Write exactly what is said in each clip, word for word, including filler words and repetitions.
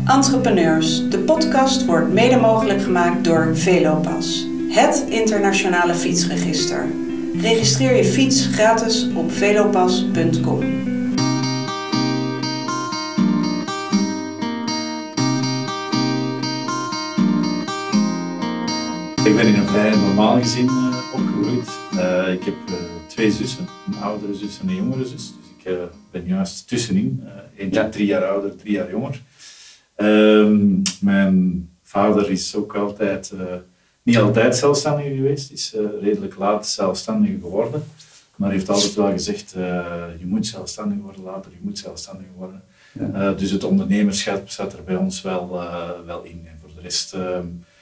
Entrepreneurs, de podcast wordt mede mogelijk gemaakt door Velopas, het internationale fietsregister. Registreer je fiets gratis op velopas punt com. Ik ben in een vrij normaal gezin uh, opgegroeid. Uh, ik heb uh, twee zussen, een oudere zus en een jongere zus. Dus ik uh, ben juist tussenin. Uh, eentje ja. drie jaar ouder, drie jaar jonger. Um, mijn vader is ook altijd, uh, niet altijd zelfstandig geweest. Is uh, redelijk laat zelfstandig geworden. Maar heeft altijd wel gezegd, uh, je moet zelfstandig worden later, je moet zelfstandig worden. Ja. Uh, dus het ondernemerschap zat er bij ons wel, uh, wel in. En voor de rest... Uh,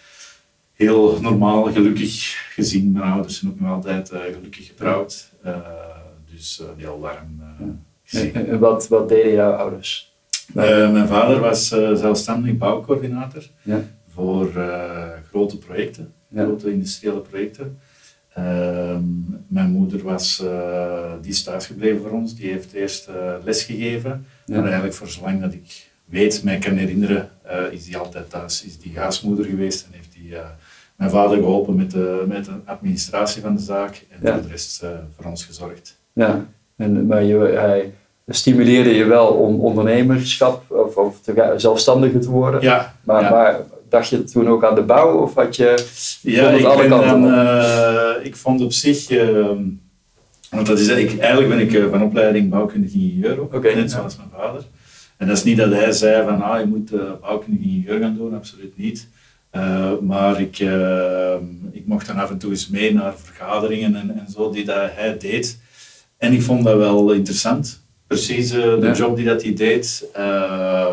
heel normaal, gelukkig gezien. Mijn ouders zijn ook nog altijd uh, gelukkig getrouwd. Uh, dus uh, heel warm uh, gezien. En, en wat, wat deden jouw ouders? Uh, mijn vader was uh, zelfstandig bouwcoördinator ja. voor uh, grote projecten, ja. grote industriële projecten. Uh, mijn moeder was, uh, die is thuisgebleven voor ons. Die heeft eerst uh, les gegeven. Ja. Maar eigenlijk voor zolang dat ik weet, mij kan herinneren, uh, is die altijd thuis. Is die huismoeder geweest en heeft die... Uh, mijn vader geholpen met de, met de administratie van de zaak en ja. voor de rest uh, voor ons gezorgd. Ja, en, maar je, hij stimuleerde je wel om ondernemerschap of, of te, zelfstandiger te worden. Ja, maar, ja. maar dacht je toen ook aan de bouw of had je... Ja, ik, alle ben dan, uh, ik vond op zich... Uh, want dat is, ik, eigenlijk ben ik uh, van opleiding bouwkundig ingenieur ook, okay, net ja. zoals mijn vader. En dat is niet dat hij zei van ah, je moet uh, bouwkundig ingenieur gaan doen, absoluut niet. Uh, maar ik, uh, ik mocht dan af en toe eens mee naar vergaderingen en, en zo die dat hij deed. En ik vond dat wel interessant. Precies uh, de ja. job die dat hij deed. Uh,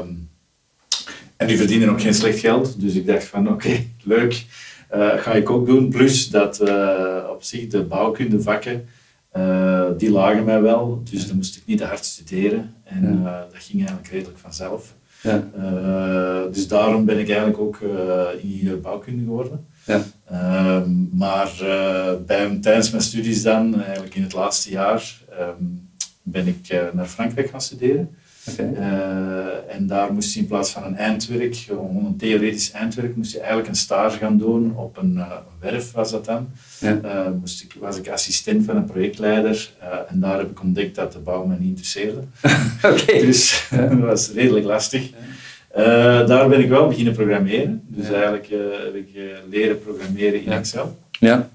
en die verdienen ook geen slecht geld. Dus ik dacht van oké, okay, leuk. Uh, ga ik ook doen. Plus dat uh, op zich de bouwkundevakken, uh, die lagen mij wel. Dus dan moest ik niet te hard studeren. En uh, dat ging eigenlijk redelijk vanzelf. Ja. Uh, dus daarom ben ik eigenlijk ook uh, ingenieur bouwkunde geworden. Ja. Uh, maar uh, bij, tijdens mijn studies dan, eigenlijk in het laatste jaar, um, ben ik uh, naar Frankrijk gaan studeren. Okay. Uh, en daar moest je in plaats van een eindwerk, gewoon een theoretisch eindwerk, moest je eigenlijk een stage gaan doen op een, uh, een werf was dat dan. Ja. Uh, moest ik, was ik assistent van een projectleider uh, en daar heb ik ontdekt dat de bouw me niet interesseerde. Okay. Dus dat was redelijk lastig. Uh, daar ben ik wel beginnen programmeren. Dus ja. eigenlijk uh, heb ik uh, leren programmeren in ja. Excel. Ja.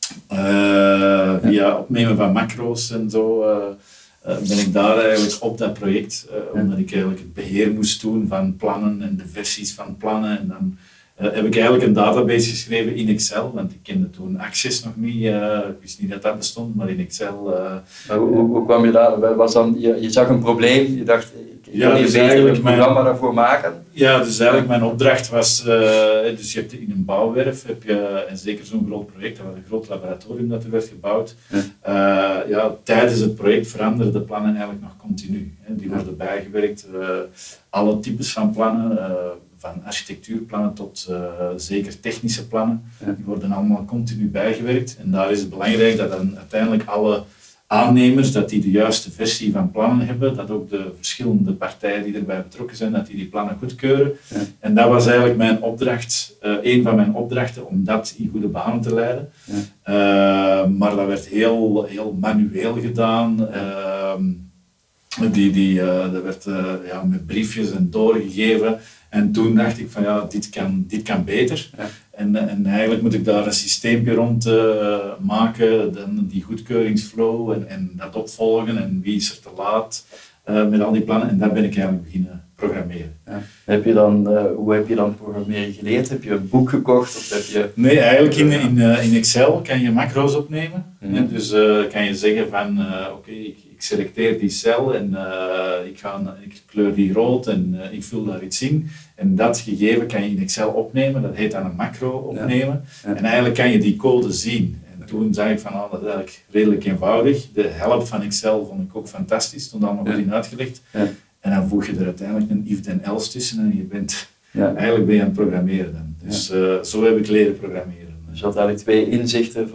Uh, via ja. opnemen van macro's en zo. Uh, Uh, ben ik daar eigenlijk op dat project, uh, omdat ik eigenlijk het beheer moest doen van plannen en de versies van plannen. En dan uh, heb ik eigenlijk een database geschreven in Excel, want ik kende toen Access nog niet, uh, ik wist niet dat dat bestond, maar in Excel... Uh, maar hoe, hoe kwam je daar? Was dan, je, je zag een probleem, je dacht, ik, ik ja, kan hier dus beter een programma mijn, daarvoor maken? Ja, dus eigenlijk mijn opdracht was, uh, dus je hebt in een bouwwerf, heb je, en zeker zo'n groot project, dat was een groot laboratorium dat er werd gebouwd, ja. Uh, ja, tijdens het project veranderen de plannen eigenlijk nog continu. Hè. Die worden bijgewerkt, uh, alle types van plannen, uh, van architectuurplannen tot uh, zeker technische plannen, ja. die worden allemaal continu bijgewerkt. En daar is het belangrijk dat dan uiteindelijk alle aannemers, dat die de juiste versie van plannen hebben, dat ook de verschillende partijen die erbij betrokken zijn, dat die die plannen goedkeuren. Ja. En dat was eigenlijk mijn opdracht, uh, een van mijn opdrachten, om dat in goede banen te leiden. Ja. Uh, maar dat werd heel, heel manueel gedaan. Uh, die, die, uh, dat werd uh, ja, met briefjes en doorgegeven. En toen dacht ik van ja, dit kan, dit kan beter. Ja. En, en eigenlijk moet ik daar een systeempje rond uh, maken, dan die goedkeuringsflow en, en dat opvolgen en wie is er te laat uh, met al die plannen. En daar ben ik eigenlijk beginnen programmeren. Ja. Heb je dan, uh, hoe heb je dan programmeren geleerd? Heb je een boek gekocht? Of heb je... Nee, eigenlijk in, in, uh, in Excel kan je macro's opnemen. Mm-hmm. En dus uh, kan je zeggen van uh, oké, okay, ik, ik selecteer die cel en uh, ik, ga, ik kleur die rood en uh, ik vul daar iets in. En dat gegeven kan je in Excel opnemen, dat heet dan een macro opnemen. Ja. Ja. En eigenlijk kan je die code zien. En toen zei ik van, oh, dat is eigenlijk redelijk eenvoudig. De help van Excel vond ik ook fantastisch, stond allemaal goed in uitgelegd. Ja. En dan voeg je er uiteindelijk een if then else tussen en je bent, ja. eigenlijk ben je aan het programmeren dan. Dus ja. uh, zo heb ik leren programmeren. Dus je had eigenlijk twee inzichten van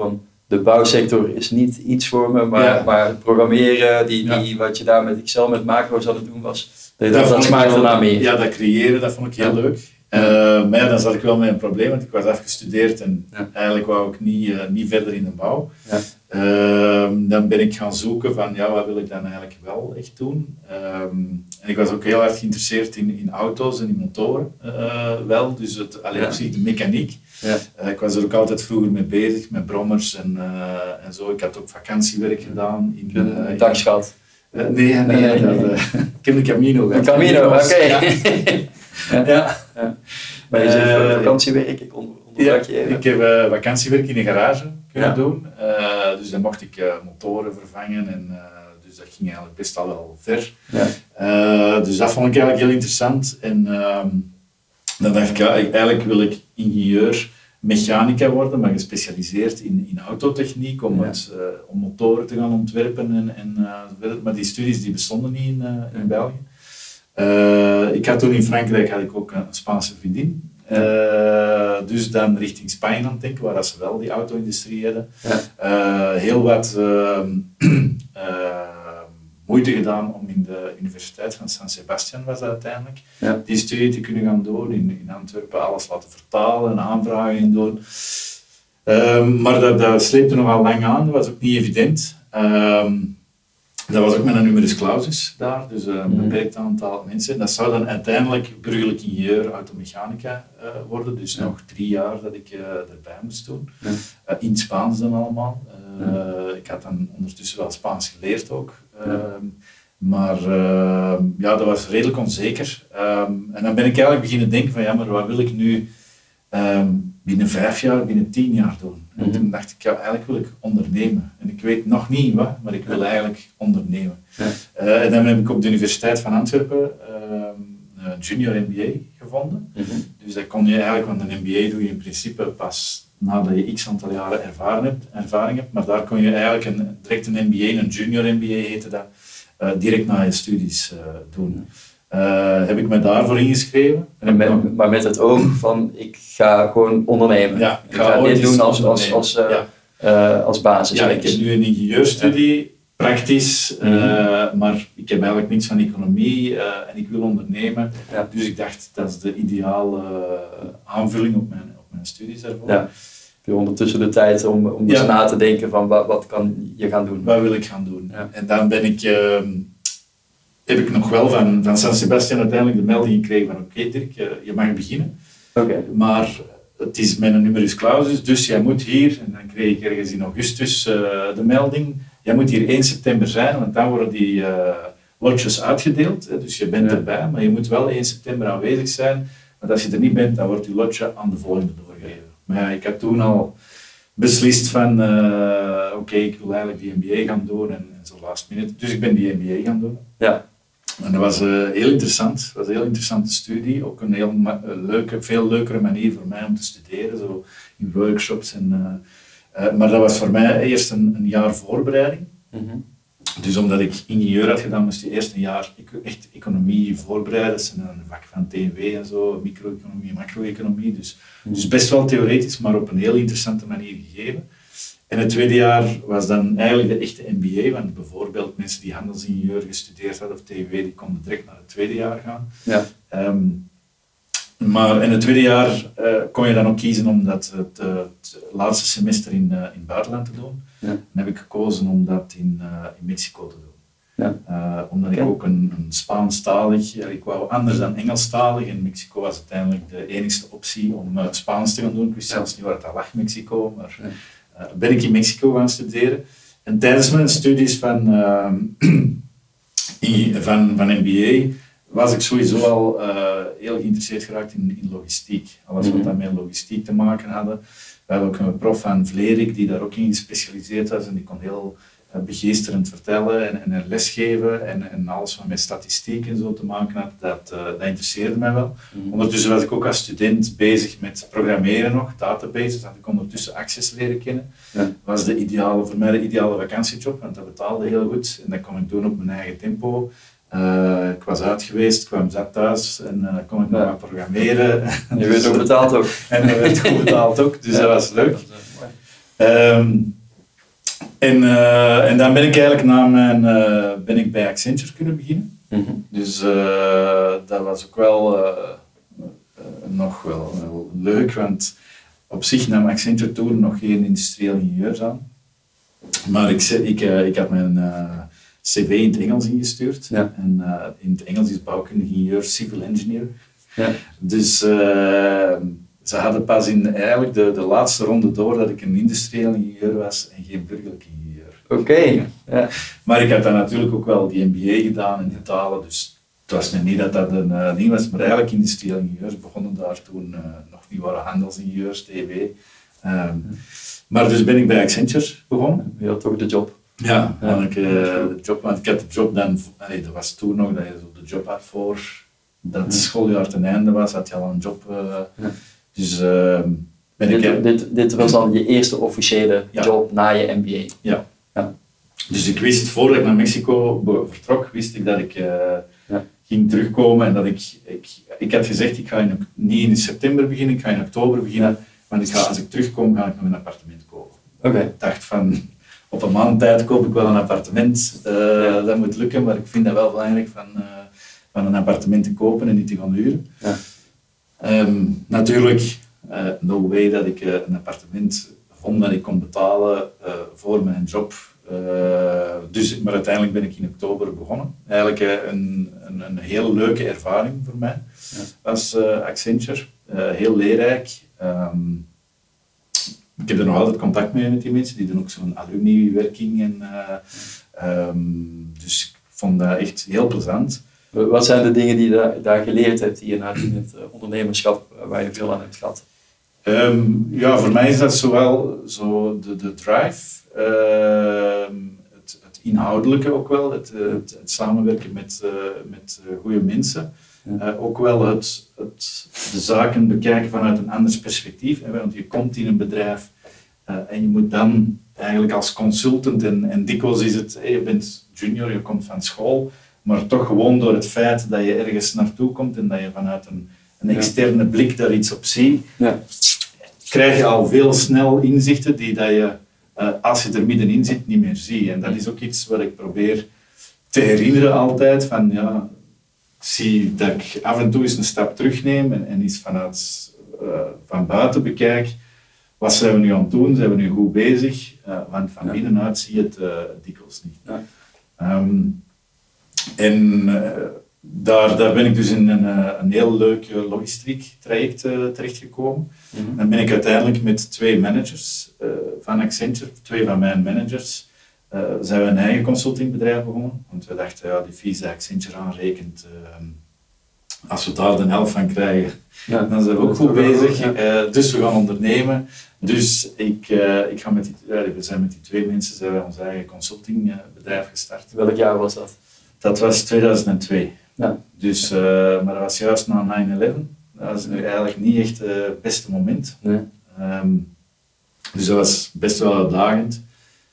de bouwsector is niet iets voor me, maar, ja. maar het programmeren, die, die, ja. wat je daar met Excel, met macro's aan het doen was, dat, dat, dat smaakte ernaar meer. Ja, dat creëren, dat vond ik heel ja. leuk. Uh, maar ja, dan zat ik wel met een probleem, want ik was afgestudeerd en ja. eigenlijk wou ik niet, uh, niet verder in de bouw. Ja. Uh, dan ben ik gaan zoeken van, ja, wat wil ik dan eigenlijk wel echt doen? Um, en ik was ook heel erg geïnteresseerd in, in auto's en in motoren uh, wel, dus het, alleen ja. op zich de mechaniek. Ja. Uh, ik was er ook altijd vroeger mee bezig, met brommers en, uh, en zo. Ik had ook vakantiewerk gedaan. In, uh, een taxgat? Uh, nee, nee, nee, nee. Dat, uh, ik heb een Camino gehad. Een Camino, oké. Okay. Ja. ja. ja. ja. Maar je zegt uh, vakantiewerk, ik onder, onderbrak je ja, even. Ik heb uh, vakantiewerk in een garage kunnen ja. doen. Uh, dus dan mocht ik uh, motoren vervangen en uh, dus dat ging eigenlijk best al wel ver. Ja. Uh, dus dat vond ik eigenlijk heel interessant. En uh, dan dacht ik, ja, eigenlijk wil ik ingenieur mechanica worden, maar gespecialiseerd in, in autotechniek, om, ja. het, uh, om motoren te gaan ontwerpen. En, en, uh, maar die studies die bestonden niet in, uh, in België. Uh, ik had toen in Frankrijk had ik ook een Spaanse vriendin. Uh, dus dan richting Spanje aan het denken, waar ze wel die auto-industrie hadden. Ja. Uh, heel wat uh, uh, moeite gedaan om in de Universiteit van San Sebastian was dat uiteindelijk, ja. die studie te kunnen gaan doen. In, in Antwerpen alles laten vertalen en aanvragen in doen. Uh, maar dat, dat sleepte nogal lang aan, dat was ook niet evident. Uh, Dat was ook met een numerus clausus daar, dus uh, een beperkt aantal mensen. Dat zou dan uiteindelijk burgerlijk ingenieur automechanica uh, worden, dus ja. nog drie jaar dat ik uh, erbij moest doen. Ja. Uh, in het Spaans dan allemaal. Uh, ja. Ik had dan ondertussen wel Spaans geleerd ook. Uh, ja. Maar uh, ja, dat was redelijk onzeker. Um, en dan ben ik eigenlijk beginnen denken van ja, maar wat wil ik nu um, binnen vijf jaar, binnen tien jaar doen? En mm-hmm. toen dacht ik, ja, eigenlijk wil ik ondernemen. En ik weet nog niet wat, maar ik wil eigenlijk ondernemen. Ja. Uh, en dan heb ik op de Universiteit van Antwerpen uh, een junior M B A gevonden. Mm-hmm. Dus dat kon je eigenlijk, want een M B A doe je in principe pas nadat je x aantal jaren ervaring hebt, ervaring hebt. Maar daar kon je eigenlijk een, direct een M B A, een junior M B A heette dat, uh, direct na je studies uh, doen. Uh, heb ik me daarvoor ingeschreven. En met, maar met het oog van, ik ga gewoon ondernemen. Ja, ik ga, ik ga dit doen als, als, als, uh, ja. uh, als basis. Ja, ik heb nu een ingenieurstudie, ja. praktisch, uh, mm-hmm. maar ik heb eigenlijk niets van economie uh, en ik wil ondernemen. Ja. Dus ik dacht, dat is de ideale uh, aanvulling op mijn, op mijn studies daarvoor. Ja. Heb je ondertussen de tijd om, om ja. dus na te denken van, wat, wat kan je gaan doen? Wat wil ik gaan doen? Ja. En dan ben ik... Uh, heb ik nog wel van, van San Sebastian uiteindelijk de melding gekregen van oké okay, Dirk, je, je mag beginnen. Okay. Maar het is met een numerus clausus, dus jij moet hier, en dan kreeg ik ergens in augustus uh, de melding, jij moet hier één september zijn, want dan worden die uh, lotjes uitgedeeld. Hè, dus je bent ja. erbij, maar je moet wel één september aanwezig zijn. Want als je er niet bent, dan wordt je lotje aan de volgende doorgegeven. Maar ja, ik had toen al beslist van, uh, oké, okay, ik wil eigenlijk die M B A gaan doen en, en zo last minute. Dus ik ben die M B A gaan doen. Ja. En dat was uh, heel interessant. Het was een heel interessante studie. Ook een heel ma- leuke, veel leukere manier voor mij om te studeren, zo in workshops. En, uh, uh, maar dat was voor mij eerst een, een jaar voorbereiding. Mm-hmm. Dus omdat ik ingenieur had gedaan, moest je eerst een jaar echt economie voorbereiden. Dat is een vak van T en W en zo, micro-economie en macro-economie. Dus, mm-hmm. dus best wel theoretisch, maar op een heel interessante manier gegeven. En het tweede jaar was dan eigenlijk de echte M B A, want bijvoorbeeld mensen die handelsingenieur gestudeerd hadden of T en W, die konden direct naar het tweede jaar gaan. Ja. Um, maar in het tweede jaar uh, kon je dan ook kiezen om dat het, uh, het laatste semester in, uh, in het buitenland te doen. Ja. Dan heb ik gekozen om dat in, uh, in Mexico te doen. Ja. Uh, omdat okay. ik ook een, een Spaanstalig, uh, ik wou anders dan Engelstalig, en Mexico was uiteindelijk de enigste optie om uh, Spaans te gaan doen. Ik wist ja. zelfs niet waar het al lag, Mexico, maar ja. uh, ben ik in Mexico gaan studeren. En tijdens mijn studies van, uh, van, van M B A was ik sowieso al uh, heel geïnteresseerd geraakt in, in logistiek. Alles wat mm-hmm. met logistiek te maken hadden. We hadden ook een prof van Vlerik die daar ook in gespecialiseerd was en die kon heel uh, begeesterend vertellen en, en lesgeven en, en alles wat met statistiek en zo te maken had, dat, uh, dat interesseerde mij wel. Mm-hmm. Ondertussen was ik ook als student bezig met programmeren nog, databases, had ik ondertussen Access leren kennen. Dat ja. was de ideale, voor mij de ideale vakantiejob, want dat betaalde heel goed en dat kon ik doen op mijn eigen tempo. Uh, ik was uit geweest, kwam zat thuis en uh, kon ik nog wat programmeren. Je werd ook betaald ook. En dat werd goed betaald ook, dus ja, dat was leuk. Um, En, uh, en dan ben ik eigenlijk na mijn, uh, ben ik bij Accenture kunnen beginnen. Mm-hmm. Dus uh, dat was ook wel uh, uh, nog wel, wel leuk, want op zich nam Accenture toen nog geen industrieel ingenieurs aan. Maar ik, ik, uh, ik had mijn uh, cv in het Engels ingestuurd. Ja. En uh, in het Engels is bouwkundige ingenieur, civil engineer. Ja. Dus uh, ze hadden pas in eigenlijk de, de laatste ronde door dat ik een industrieel ingenieur was en geen burgerlijk ingenieur. Oké. Okay. Ja. Maar ik had dan natuurlijk ook wel die M B A gedaan in die talen, dus het was niet dat dat een uh, ding was, maar eigenlijk industrieel ingenieurs begonnen daar toen uh, nog niet, waren handelsingenieurs, T W. Um, maar dus ben ik bij Accenture begonnen. Je had toch de job? Ja, ja. Ik, uh, de job, want ik had de job dan, allee, dat was toen nog dat je zo de job had voor dat het schooljaar ten einde was, had je al een job. Uh, ja. Dus uh, ben dit, ik... Dit, dit was dan je eerste officiële ja. job na je M B A? Ja. ja. Dus ik wist, voordat ik naar Mexico vertrok, wist ik dat ik uh, ja. ging terugkomen en dat ik, ik... Ik had gezegd, ik ga in, niet in september beginnen, ik ga in oktober beginnen, ja. want ik ga, als ik terugkom, ga ik nog een appartement kopen. Okay. Ik dacht van, op een maand tijd koop ik wel een appartement, uh, ja. dat moet lukken, maar ik vind dat wel belangrijk van, uh, van een appartement te kopen en niet te gaan huren. Ja. Um, natuurlijk, uh, no way dat ik uh, een appartement vond dat ik kon betalen uh, voor mijn job. Uh, dus, maar uiteindelijk ben ik in oktober begonnen. Eigenlijk uh, een, een, een heel leuke ervaring voor mij ja. als uh, Accenture. Uh, heel leerrijk. Um, ik heb er nog altijd contact mee met die mensen. Die doen ook zo'n alumni-werking. En, uh, um, dus ik vond dat echt heel plezant. Wat zijn de dingen die je daar, daar geleerd hebt hier nadien het uh, ondernemerschap waar je veel aan hebt gehad? Um, ja, voor mij is dat zowel zo de, de drive, uh, het, het inhoudelijke ook wel, het, het, het samenwerken met, uh, met uh, goede mensen. Uh, ook wel het, het, de zaken bekijken vanuit een anders perspectief. Hè, want je komt in een bedrijf uh, en je moet dan eigenlijk als consultant, en, en dikwijls is het, hey, je bent junior, je komt van school, maar toch gewoon door het feit dat je ergens naartoe komt en dat je vanuit een, een externe blik daar iets op ziet, ja. krijg je al veel snel inzichten die dat je, uh, als je er middenin zit, niet meer ziet. En dat is ook iets wat ik probeer te herinneren altijd, van ja, ik zie dat ik af en toe eens een stap terugneem en, en eens vanuit, uh, van buiten bekijk, wat zijn we nu aan het doen, zijn we nu goed bezig, uh, want van ja. binnenuit zie je het uh, dikwijls niet. Ja. Um, en uh, daar, daar ben ik dus in een, een heel leuk logistiek traject uh, terechtgekomen. Mm-hmm. Dan ben ik uiteindelijk met twee managers uh, van Accenture, twee van mijn managers, uh, zijn we een eigen consultingbedrijf begonnen. Want we dachten, ja, die fees die Accenture aanrekent, uh, als we daar de helft van krijgen, ja, dan zijn we ook goed bezig. Ja. Uh, dus we gaan ondernemen. Dus ik, uh, ik ga met die, uh, we zijn met die twee mensen zijn wij ons eigen consultingbedrijf gestart. Welk jaar was dat? Dat was tweeduizend twee. Ja. Dus, uh, maar dat was juist na nine eleven. Dat was nu eigenlijk niet echt het beste moment. Nee. Um, dus dat was best wel uitdagend.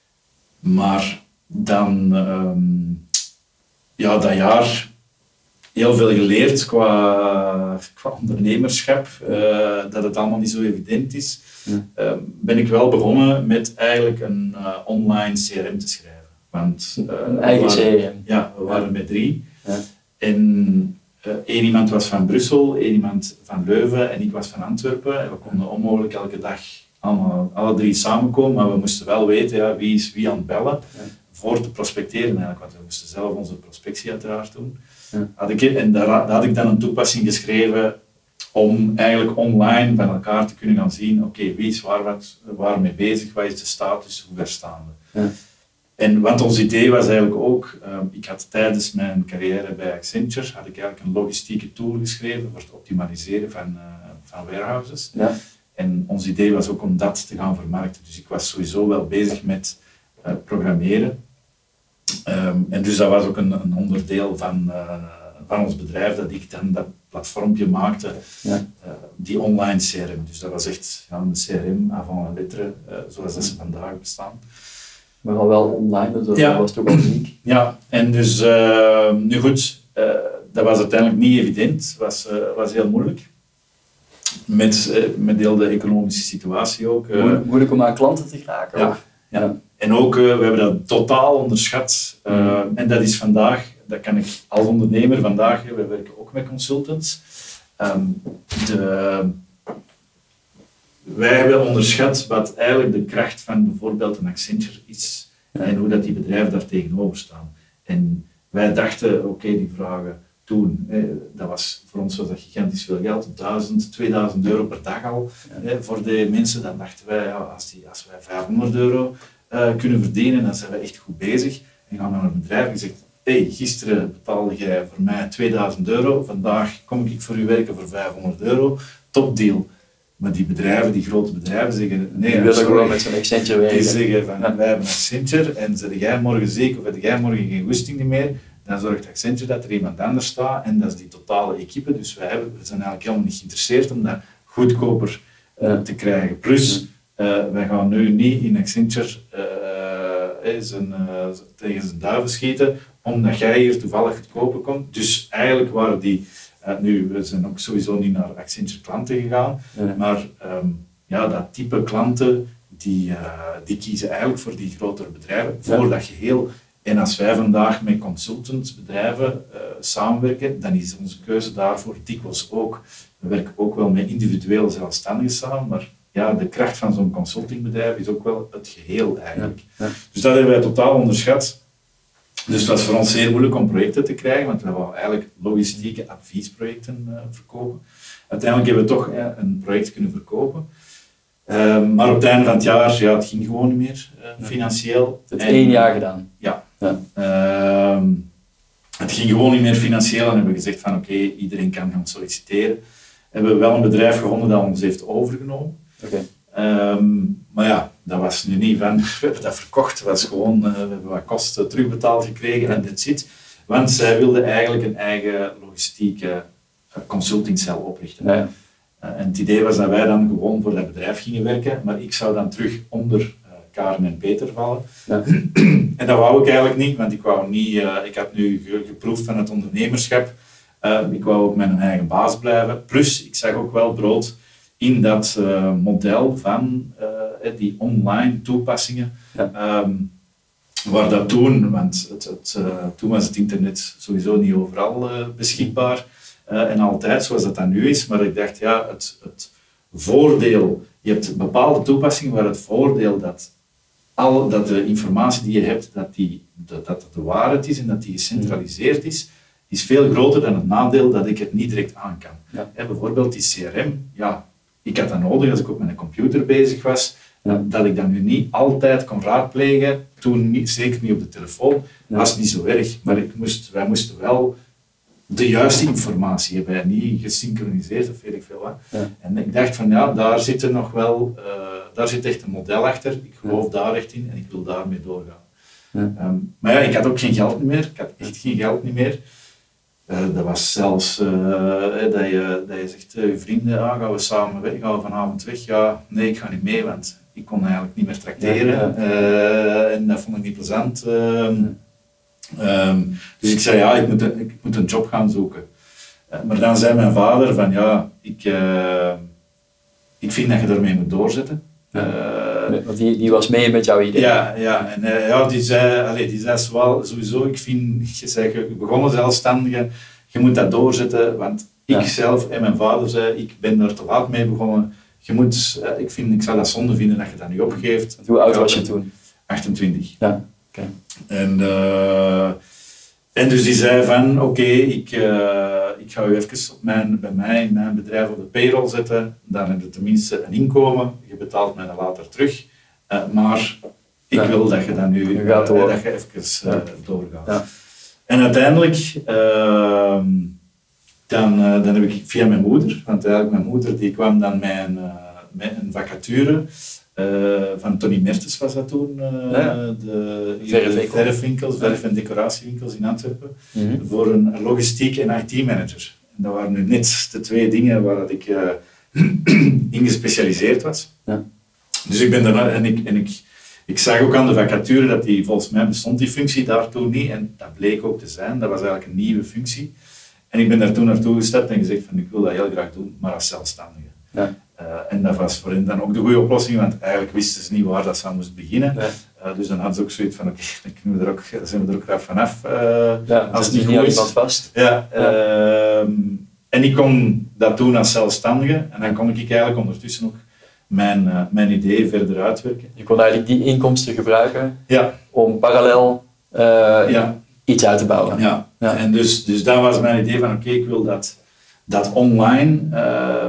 Maar dan, um, ja, dat jaar heel veel geleerd qua, qua ondernemerschap. Uh, dat het allemaal niet zo evident is. Ja. Uh, ben ik wel begonnen met eigenlijk een uh, online C R M te schrijven. Want, uh, een eigen waren, C R M? Ja, we waren ja. met drie. Ja. En uh, één iemand was van Brussel, één iemand van Leuven en ik was van Antwerpen. En we konden onmogelijk elke dag allemaal, alle drie samenkomen, maar we moesten wel weten ja, wie is wie aan het bellen. Ja. Voor te prospecteren eigenlijk, want we moesten zelf onze prospectie uiteraard doen. Ja. Had ik, en daar, daar had ik dan een toepassing geschreven om eigenlijk online van elkaar te kunnen gaan zien, oké, okay, wie is waar, wat, waar mee bezig, wat is de status, hoe ver staan we. Ja. En want ons idee was eigenlijk ook, uh, ik had tijdens mijn carrière bij Accenture, had ik eigenlijk een logistieke tool geschreven voor het optimaliseren van, uh, van warehouses. Ja. En ons idee was ook om dat te gaan vermarkten. Dus ik was sowieso wel bezig met uh, programmeren. Um, en dus dat was ook een, een onderdeel van, uh, van ons bedrijf, dat ik dan dat platformpje maakte, ja. uh, die online C R M. Dus dat was echt ja, een C R M avant la lettre, uh, zoals dat ze vandaag bestaan. Maar al wel online, dus dat ja. was toch wel uniek. Ja, en dus, uh, nu goed, uh, dat was uiteindelijk niet evident, was, uh, was heel moeilijk. Met, uh, met heel de economische situatie ook. Uh, Mo- moeilijk om aan klanten te geraken? Ja, Ja. En ook, uh, we hebben dat totaal onderschat. Uh, mm. En dat is vandaag, dat kan ik als ondernemer vandaag, we werken ook met consultants. Um, de, wij hebben onderschat wat eigenlijk de kracht van bijvoorbeeld een Accenture is. Ja. En hoe dat die bedrijven daar tegenover staan. En wij dachten, oké, okay, die vragen toen, hè, dat was, voor ons was dat gigantisch veel geld, duizend, tweeduizend euro per dag al. Ja. Hè, voor de mensen, dan dachten wij, ja, als, die, als wij vijfhonderd euro uh, kunnen verdienen, dan zijn wij echt goed bezig. En gaan we naar een bedrijf en gezegd, hey, gisteren betaalde jij voor mij tweeduizend euro, vandaag kom ik voor u werken voor vijfhonderd euro, topdeal. Maar die bedrijven, die grote bedrijven zeggen, nee, die willen gewoon met zo'n Accenture werken. Die zeggen van, ja. wij hebben Accenture en zeg jij morgen zeker of heb jij morgen geen goesting meer, dan zorgt Accenture dat er iemand anders staat en dat is die totale equipe. Dus wij hebben, we zijn eigenlijk helemaal niet geïnteresseerd om dat goedkoper uh, ja. te krijgen. Plus, uh, wij gaan nu niet in Accenture uh, zijn, uh, tegen zijn duiven schieten, omdat jij hier toevallig goedkoper komt. Dus eigenlijk waren die... Uh, nu, we zijn ook sowieso niet naar Accenture klanten gegaan, ja. maar um, ja, dat type klanten, die, uh, die kiezen eigenlijk voor die grotere bedrijven, ja. voor dat geheel. En als wij vandaag met consultantsbedrijven uh, samenwerken, dan is onze keuze daarvoor dikwijls ook. We werken ook wel met individuele zelfstandigen samen, maar ja, de kracht van zo'n consultingbedrijf is ook wel het geheel eigenlijk. Ja. Ja. Dus dat hebben wij totaal onderschat. Dus het was voor ons zeer moeilijk om projecten te krijgen, want we wilden eigenlijk logistieke adviesprojecten uh, verkopen. Uiteindelijk hebben we toch uh, een project kunnen verkopen. Uh, maar op het einde van het jaar, ja, het ging gewoon niet meer uh, financieel. Het heeft één jaar gedaan. Ja. ja. Uh, het ging gewoon niet meer financieel en hebben we gezegd van oké, okay, iedereen kan gaan solliciteren. Hebben we wel een bedrijf gevonden dat ons heeft overgenomen. Okay. Um, maar ja, dat was nu niet van, we hebben dat verkocht, het was gewoon, uh, we hebben wat kosten terugbetaald gekregen en that's it. Want zij wilden eigenlijk een eigen logistieke uh, consultingcel oprichten. Ja, ja. Uh, en het idee was dat wij dan gewoon voor dat bedrijf gingen werken, maar ik zou dan terug onder uh, Karen en Peter vallen. Ja. En dat wou ik eigenlijk niet, want ik wou niet, uh, ik had nu geproefd van het ondernemerschap, uh, ik wou ook met een eigen baas blijven. Plus, ik zag ook wel brood in dat uh, model van uh, die online toepassingen, ja. um, waar dat toen, want het, het, uh, toen was het internet sowieso niet overal uh, beschikbaar uh, en altijd zoals dat dan nu is, maar ik dacht, ja, het, het voordeel, je hebt bepaalde toepassingen waar het voordeel dat, al, dat de informatie die je hebt, dat, die, dat, dat de waarheid is en dat die gecentraliseerd is, is veel groter dan het nadeel dat ik het niet direct aan kan. Ja. Ja, bijvoorbeeld die C R M, ja, ik had dat nodig als ik op mijn computer bezig was, ja. dat ik dat nu niet altijd kon raadplegen, toen niet, zeker niet op de telefoon, ja. was niet zo erg, maar ik moest, wij moesten wel de juiste informatie hebben, niet gesynchroniseerd of weet ik veel wat. Ja. En ik dacht van ja, daar zit er nog wel, uh, daar zit echt een model achter, ik geloof ja. daar echt in en ik wil daarmee doorgaan. Ja. Um, maar ja, ik had ook geen geld meer, ik had echt geen geld meer. Uh, dat was zelfs uh, dat, je, dat je zegt, uh, je vrienden, ah, gaan we samen weg, gaan we vanavond weg? Ja, nee, ik ga niet mee, want ik kon eigenlijk niet meer tracteren. Ja, ja. Uh, en dat vond ik niet plezant. Uh, ja. um, dus ik zei, ja, ik moet een, ik moet een job gaan zoeken. Uh, maar dan zei mijn vader van, ja, ik, uh, ik vind dat je daarmee moet doorzetten. Uh, Want die, die was mee met jouw idee? Ja, ja, en uh, ja, die zei, allez, die zei wel, sowieso, ik vind, je zei, je begonnen zelfstandige, je moet dat doorzetten, want ik ja. zelf en mijn vader zei, ik ben er te laat mee begonnen, je moet, uh, ik, vind, ik zou dat zonde vinden dat je dat nu opgeeft. Want hoe oud was je toen? achtentwintig. Ja, oké. Okay. En, uh, en dus die zei van, oké, okay, ik, uh, ik ga u even op mijn, bij mij in mijn bedrijf op de payroll zetten, dan heb je tenminste een inkomen, je betaalt mij dan later terug, uh, maar ik ja. wil dat je dat nu, uh, dat je even uh, ja. doorgaat. Ja. En uiteindelijk, uh, dan, uh, dan heb ik via mijn moeder, want eigenlijk mijn moeder die kwam dan met een, uh, met een vacature, Uh, van Tony Mertens was dat toen, uh, ja. de, de verfwinkels, verf- en decoratiewinkels in Antwerpen, mm-hmm. voor een logistiek en I T-manager. En dat waren nu net de twee dingen waar dat ik uh, in gespecialiseerd was. Ja. Dus ik ben daarna, en, ik, en ik, ik zag ook aan de vacature dat die, volgens mij bestond die functie daar toen niet, en dat bleek ook te zijn, dat was eigenlijk een nieuwe functie. En ik ben daar toen naartoe gestapt en gezegd van ik wil dat heel graag doen, maar als zelfstandige. Ja. Uh, en dat was voor hen dan ook de goede oplossing, want eigenlijk wisten ze niet waar dat ze aan moest beginnen. Nee. Uh, dus dan hadden ze ook zoiets van, oké, okay, dan kunnen we er ook, zijn we er ook graag vanaf. Uh, ja, als het niet goed is. Iemand vast. Ja, ja. Uh, en ik kon dat doen als zelfstandige en dan kon ik eigenlijk ondertussen ook mijn, uh, mijn ideeën verder uitwerken. Je kon eigenlijk die inkomsten gebruiken ja. om parallel uh, ja. iets uit te bouwen. Ja, ja. en dus, dus dat was mijn idee van, oké, okay, ik wil dat, dat online uh,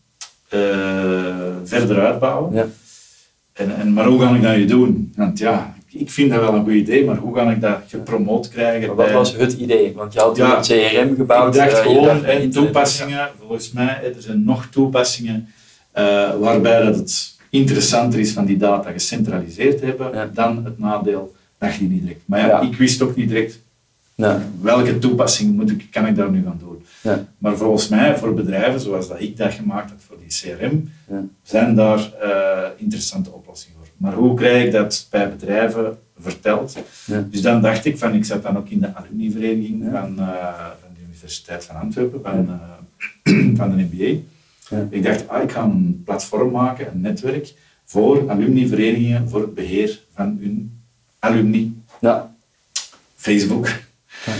uh, verder uitbouwen. Ja. En, en, maar hoe ga ik dat nu doen? Want ja, ik vind dat wel een goed idee, maar hoe ga ik dat gepromoot krijgen? Maar wat bij... was het idee? Want je had toen ja, een C R M gebouwd. Ik dacht uh, gewoon, dacht en toepassingen, ja. volgens mij, er zijn nog toepassingen uh, waarbij dat het interessanter is van die data gecentraliseerd te hebben, ja. dan het nadeel dat je die niet direct. Maar ja, ja. ik wist ook niet direct nee. welke toepassing moet ik, kan ik daar nu gaan doen. Ja. Maar volgens mij, voor bedrijven zoals dat ik dat gemaakt heb voor die C R M, ja. zijn daar uh, interessante oplossingen voor. Maar hoe krijg ik dat bij bedrijven verteld? Ja. Dus dan dacht ik van, ik zat dan ook in de alumnivereniging ja. van, uh, van de Universiteit van Antwerpen, van, uh, van de M B A. Ja. Ik dacht, ah, ik ga een platform maken, een netwerk, voor alumniverenigingen, voor het beheer van hun alumni. Ja. Facebook. Ja.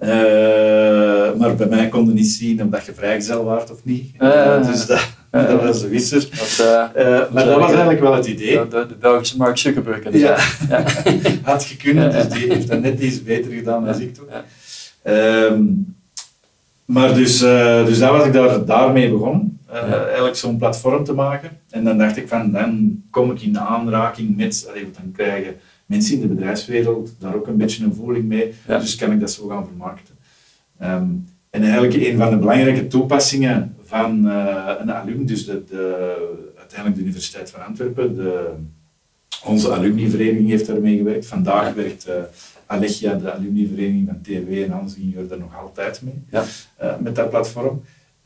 Uh, maar bij mij konden niet zien of dat je vrijgezel waart of niet. Uh, uh, dus dat, uh, dat was de wisser. Dat, uh, uh, maar dat was eigenlijk wel het idee. De, de, de Belgische Mark Zuckerberg. Dus ja. Ja. Had gekund, dus die heeft dat net iets beter gedaan dan ja. ik toen. Ja. Um, maar dus, uh, dus daar was ik daar, daarmee begonnen. Uh, ja. Eigenlijk zo'n platform te maken. En dan dacht ik van, dan kom ik in aanraking met, allee, dan krijgen mensen in de bedrijfswereld daar ook een beetje een voeling mee. Ja. Dus kan ik dat zo gaan vermarkten. Um, en eigenlijk een van de belangrijke toepassingen van uh, een alum, dus de, de, uiteindelijk de Universiteit van Antwerpen, de, onze alumnivereniging heeft daarmee gewerkt. Vandaag ja. werkt uh, Alegia, de alumnivereniging van T R W en Hans Ingenieur, daar nog altijd mee, ja. uh, met dat platform.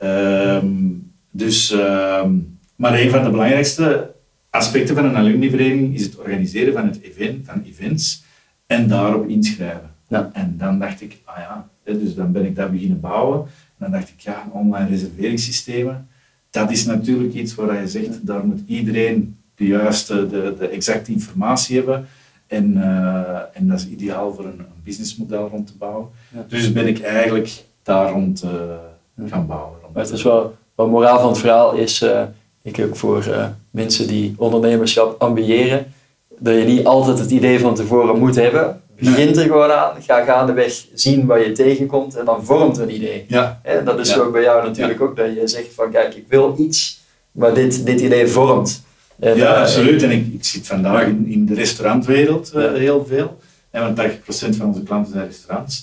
Um, dus, um, maar een van de belangrijkste aspecten van een alumnivereniging is het organiseren van, het event, van events en daarop inschrijven. Ja. En dan dacht ik, ah ja, dus dan ben ik dat beginnen bouwen. En dan dacht ik, ja, online reserveringssystemen, dat is natuurlijk iets waar je zegt, daar moet iedereen de juiste, de, de exacte informatie hebben. En, uh, en dat is ideaal voor een, een businessmodel rond te bouwen. Ja. Dus ben ik eigenlijk daar rond uh, gaan bouwen. Rond maar het is wel, wat moraal van het verhaal is, uh, ik ook voor uh, mensen die ondernemerschap ambiëren, dat je niet altijd het idee van tevoren moet hebben. Begint er gewoon aan, ga gaandeweg zien waar je tegenkomt en dan vormt een idee. Ja. En dat is ja. ook bij jou natuurlijk ja. ook, dat je zegt van kijk, ik wil iets, maar dit, dit idee vormt. En, ja, uh, absoluut. En ik, ik zit vandaag in, in de restaurantwereld uh, heel veel. En want tachtig procent van onze klanten zijn restaurants.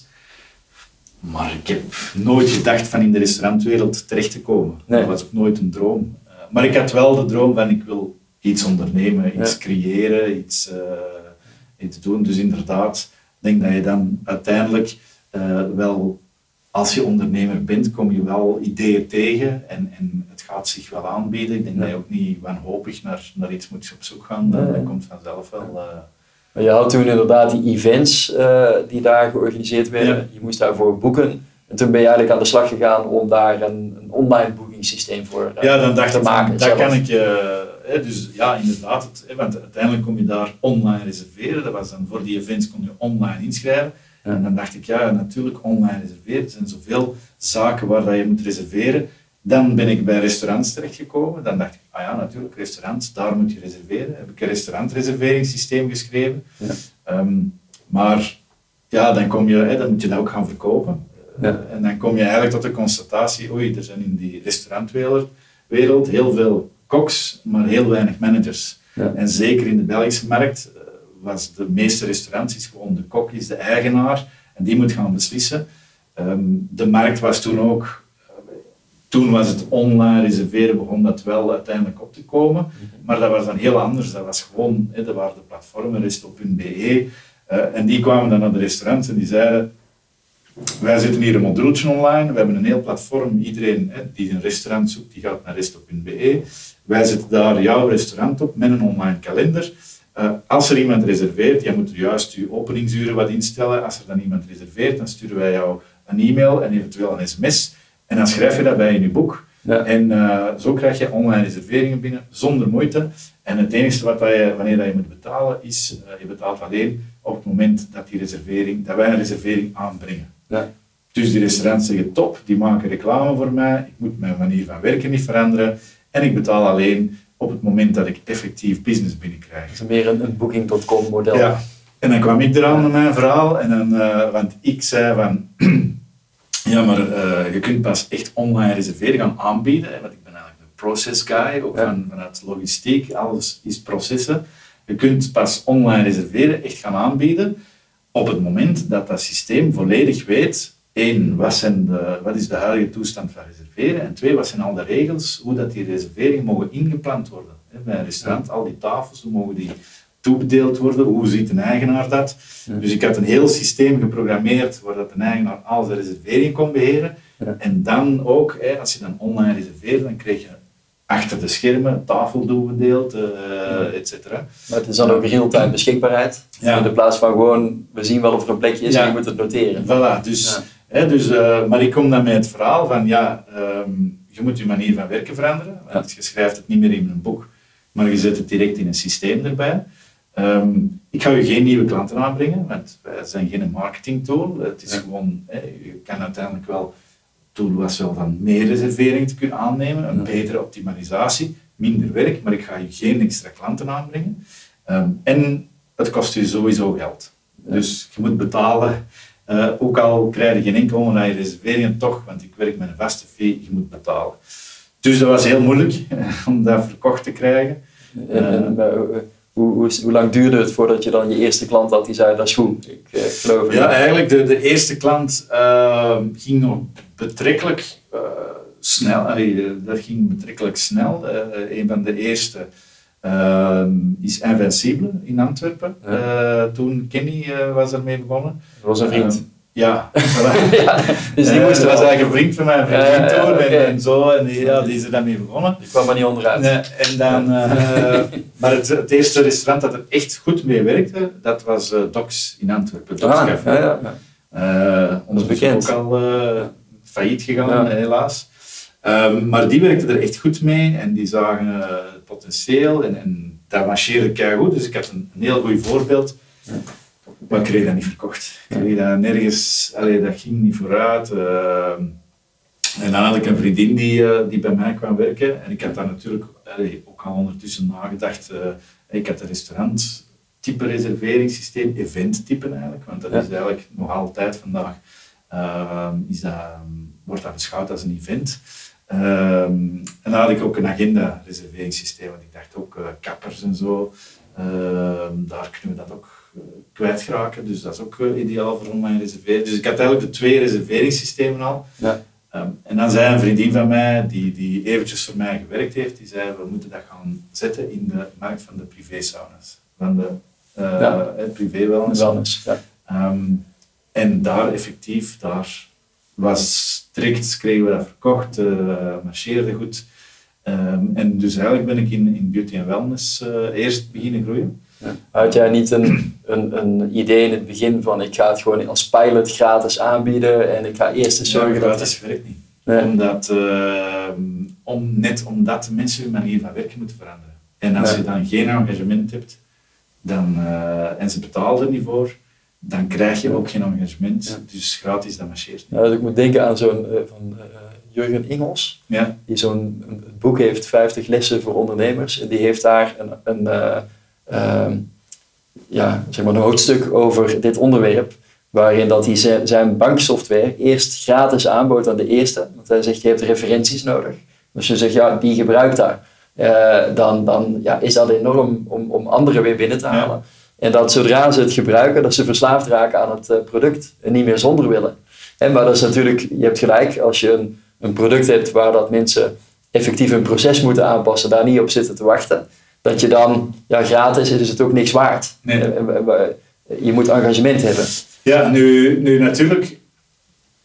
Maar ik heb nooit gedacht van in de restaurantwereld terecht te komen. Nee. Dat was ook nooit een droom. Uh, maar ik had wel de droom van ik wil iets ondernemen, iets ja. creëren, iets... Uh, te doen. Dus inderdaad, ik denk dat je dan uiteindelijk uh, wel, als je ondernemer bent, kom je wel ideeën tegen en, en het gaat zich wel aanbieden. Ik denk ja. dat je ook niet wanhopig naar, naar iets moet op zoek gaan, dat, ja. dat komt vanzelf wel. Uh... Maar je had toen inderdaad die events uh, die daar georganiseerd werden, ja. je moest daarvoor boeken. En toen ben je eigenlijk aan de slag gegaan om daar een, een online boekingssysteem voor uh, ja, dan dacht te ik maken. Dat kan ik je... Uh, dus ja, inderdaad, het, hè, want uiteindelijk kom je daar online reserveren. Dat was dan voor die events kon je online inschrijven. Ja. En dan dacht ik, ja, natuurlijk online reserveren. Er zijn zoveel zaken waar dat je moet reserveren. Dan ben ik bij restaurants terechtgekomen. Dan dacht ik, ah ja, natuurlijk, restaurants, daar moet je reserveren. Heb ik een restaurantreserveringssysteem geschreven. Ja. Um, maar ja, dan, kom je, hè, dan moet je dat ook gaan verkopen. Ja. Uh, en dan kom je eigenlijk tot de constatatie, oei, er zijn in die restaurantwereld heel veel koks, maar heel weinig managers. Ja. En zeker in de Belgische markt uh, was de meeste restaurants is gewoon de kok is de eigenaar en die moet gaan beslissen. Um, de markt was toen ook, uh, toen was het online reserveren, begon dat wel uiteindelijk op te komen, mm-hmm. maar dat was dan heel anders. Dat was gewoon, hè, dat waren de platformen, resto punt b e, uh, en die kwamen dan naar de restaurants en die zeiden, wij zetten hier een moduultje online, we hebben een heel platform, iedereen hè, die een restaurant zoekt, die gaat naar resto punt b e. Wij zetten daar jouw restaurant op met een online kalender. Uh, als er iemand reserveert, jij moet er juist je openingsuren wat instellen. Als er dan iemand reserveert, dan sturen wij jou een e-mail en eventueel een sms. En dan schrijf je dat bij in je boek. Ja. En uh, zo krijg je online reserveringen binnen, zonder moeite. En het enige wat je, wanneer je moet betalen, is, uh, je betaalt alleen op het moment dat, die reservering, dat wij een reservering aanbrengen. Ja. Dus die restaurants zeggen, top, die maken reclame voor mij, ik moet mijn manier van werken niet veranderen en ik betaal alleen op het moment dat ik effectief business binnenkrijg. Dat is meer een, een booking punt com model. Ja, en dan kwam ik eraan met mijn verhaal, en dan, uh, want ik zei van, ja, maar uh, je kunt pas echt online reserveren gaan aanbieden, hè, want ik ben eigenlijk een process guy, ook ja. van, vanuit logistiek, alles is processen. Je kunt pas online reserveren, echt gaan aanbieden, op het moment dat dat systeem volledig weet, één, wat, zijn de, wat is de huidige toestand van reserveren, en twee, wat zijn al de regels, hoe dat die reserveringen mogen ingepland worden. Hè, bij een restaurant, al die tafels, hoe mogen die toebedeeld worden, hoe ziet een eigenaar dat. Ja. Dus ik had een heel systeem geprogrammeerd waar dat een eigenaar al zijn reservering kon beheren. Ja. En dan ook, hè, als je dan online reserveert, dan kreeg je achter de schermen tafel toebedeeld, uh, ja. et cetera. Maar het is dan ook real-time beschikbaarheid. Ja. In plaats van gewoon, we zien wel of er een plekje is ja. en je moet het noteren. Voilà, dus, ja. hè, dus, uh, maar ik kom dan met het verhaal van, ja, um, je moet je manier van werken veranderen. Want ja. je schrijft het niet meer in een boek, maar je zet het direct in een systeem erbij. Um, ik ga je geen nieuwe klanten aanbrengen, want wij zijn geen marketingtool. Het is ja. gewoon, hè, je kan uiteindelijk wel, het doel was wel van meer reservering te kunnen aannemen, een ja. betere optimalisatie, minder werk, maar ik ga je geen extra klanten aanbrengen. Um, en het kost je sowieso geld. Ja. Dus je moet betalen, uh, ook al krijg je geen enkel naar je reserveringen, toch, want ik werk met een vaste fee, je moet betalen. Dus dat was heel moeilijk om dat verkocht te krijgen. En, en, uh, Hoe, hoe, hoe lang duurde het voordat je dan je eerste klant had die zei, dat is goed, ik eh, geloof Ja, eigenlijk de, de eerste klant uh, ging nog betrekkelijk uh, snel. Uh, dat ging betrekkelijk snel. Uh, een van de eerste uh, is Invincible in Antwerpen. Ja. Uh, toen Kenny uh, was ermee begonnen. Dat was een vriend. Uh, Ja, voilà. ja, dus die moest uh, was eigenlijk een vriend van mij, een vriend uh, uh, okay. en, en zo, en die, ja, die is er dan mee begonnen. Die kwam maar niet onderuit. Nee, en dan, uh, maar het, het eerste restaurant dat er echt goed mee werkte, dat was uh, Docs in Antwerpen. Docs ah, Café. Ja, ja. Uh, ons is ook al uh, failliet gegaan, ja. helaas. Um, maar die werkte er echt goed mee en die zagen uh, het potentieel en, en dat marcheerde keigoed. Dus ik had een, een heel goed voorbeeld. Ja. Maar ik kreeg dat niet verkocht. Ik kreeg dat nergens, allee, dat ging niet vooruit. Uh, en dan had ik een vriendin die, uh, die bij mij kwam werken. En ik had daar natuurlijk allee, ook al ondertussen nagedacht. Uh, ik had een restaurant-type reserveringssysteem, event-type eigenlijk. Want dat ja. is eigenlijk nog altijd vandaag, uh, is dat, wordt dat beschouwd als een event. Uh, en dan had ik ook een agenda-reserveringssysteem. Want ik dacht ook uh, kappers en zo. Uh, daar kunnen we dat ook kwijtraken, dus dat is ook uh, ideaal voor online reserveren. Dus ik had eigenlijk de twee reserveringssystemen al. Ja. Um, en dan zei een vriendin van mij, die, die eventjes voor mij gewerkt heeft, die zei, we moeten dat gaan zetten in de markt van de privé-sauna's. Van de uh, ja. privé-wellness. Wellness, ja. um, en daar effectief, daar was strikt, kregen we dat verkocht, uh, marcheerde goed. Um, en dus eigenlijk ben ik in, in beauty en wellness uh, eerst beginnen groeien. Ja. Had jij niet een, een, een idee in het begin van ik ga het gewoon als pilot gratis aanbieden en ik ga eerst eens zorgen ja, dat... gratis werkt niet. Nee. Omdat, uh, om, net omdat de mensen hun manier van werken moeten veranderen. En als nee. je dan geen engagement hebt dan, uh, en ze betalen er niet voor, dan krijg je ook geen engagement. Ja. Dus gratis, dat marcheert niet. Ja, dus ik moet denken aan zo'n uh, van uh, Jurgen Ingels, ja. die zo'n een boek heeft, vijftig lessen voor ondernemers. En die heeft daar een... een uh, Uh, ja, zeg maar een hoofdstuk over dit onderwerp, waarin dat hij zijn banksoftware eerst gratis aanbood aan de eerste. Want hij zegt, je hebt referenties nodig. Dus je zegt, ja, die gebruikt daar. Uh, dan dan ja, is dat enorm om, om anderen weer binnen te halen. Ja. En dat zodra ze het gebruiken, dat ze verslaafd raken aan het uh, product en niet meer zonder willen. En, maar dat is natuurlijk, je hebt gelijk, als je een, een product hebt waar dat mensen effectief een proces moeten aanpassen, daar niet op zitten te wachten, dat je dan, ja, gratis is het ook niks waard. Nee. Je moet engagement hebben. Ja, nu, nu natuurlijk,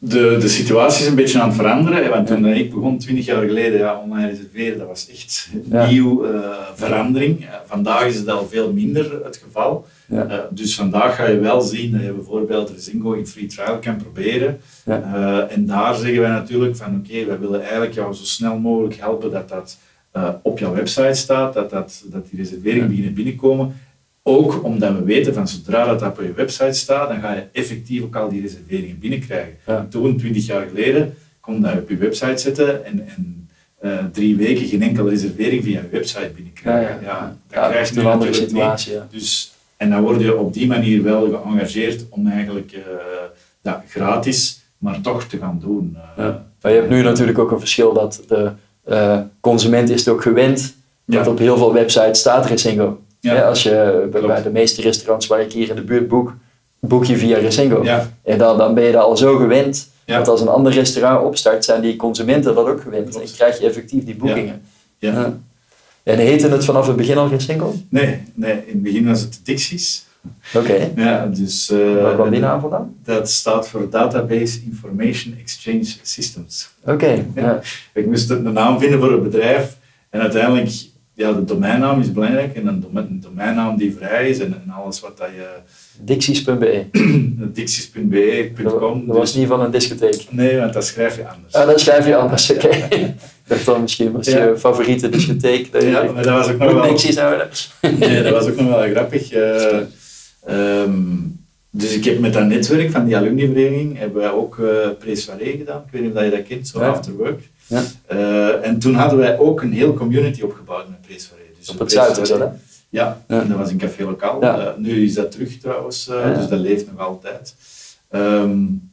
de, de situatie is een beetje aan het veranderen. Want toen ik begon, twintig jaar geleden, ja, online reserveren, dat was echt een ja. nieuwe uh, verandering. Uh, vandaag is het al veel minder het geval. Ja. Uh, dus vandaag ga je wel zien dat je bijvoorbeeld Resingo in free trial kan proberen. Ja. Uh, en daar zeggen wij natuurlijk van oké, okay, wij willen eigenlijk jou zo snel mogelijk helpen dat dat uh, op jouw website staat, dat, dat, dat die reserveringen ja. beginnen binnenkomen. Ook omdat we weten van zodra dat op je website staat, dan ga je effectief ook al die reserveringen binnenkrijgen. Ja. Toen, twintig jaar geleden, kon je dat op je website zetten en, en uh, drie weken geen enkele reservering via je website binnenkrijgen. Ja, ja. ja, dat ja, krijg je nu natuurlijk situatie, niet. Ja. Dus, en dan word je op die manier wel geëngageerd om eigenlijk uh, ja, gratis, maar toch te gaan doen. Uh, ja. Maar je hebt nu natuurlijk ook een verschil dat de uh, consument is het ook gewend ja. dat op heel veel websites staat Resingo. Ja. Ja, als je bij, bij de meeste restaurants waar ik hier in de buurt boek, boek je via Resingo. Ja. En dan, dan ben je daar al zo gewend ja. dat als een ander restaurant opstart, zijn die consumenten dat ook gewend. Klopt. En krijg je effectief die boekingen. Ja. Ja. En heette het vanaf het begin al Resingo? Nee, nee, in het begin was het Dixies. Oké. Okay. Ja, dus, uh, waar kwam die naam vandaan? Dat staat voor Database Information Exchange Systems. Oké. Okay. Ja. Ja. Ik moest een naam vinden voor het bedrijf en uiteindelijk... Ja, de domeinnaam is belangrijk en een, dome- een domeinnaam die vrij is en, en alles wat dat je... Dixies punt b e Dixies punt b e punt com Dat, dat was dus... niet van een discotheek? Nee, want dat schrijf je anders. Ah, dat schrijf je anders, oké. Okay. Ik dacht dan misschien was ja. je favoriete discotheek. Dat ja, je... maar dat was ook nog wel... Dixies houden. Nee, dat was ook nog wel grappig. Uh, um, dus ik heb met dat netwerk van die alumnivereniging hebben wij ook uh, Pré-soirée gedaan. Ik weet niet of je dat kent, zo ja. after work. Ja. Uh, en toen hadden wij ook een heel community opgebouwd met Pré-soirée. Dus op het Zuid is dat, hè? Ja, ja. En dat was in Café Lokaal. Ja. Uh, nu is dat terug trouwens, uh, ja. dus dat leeft nog altijd. Um,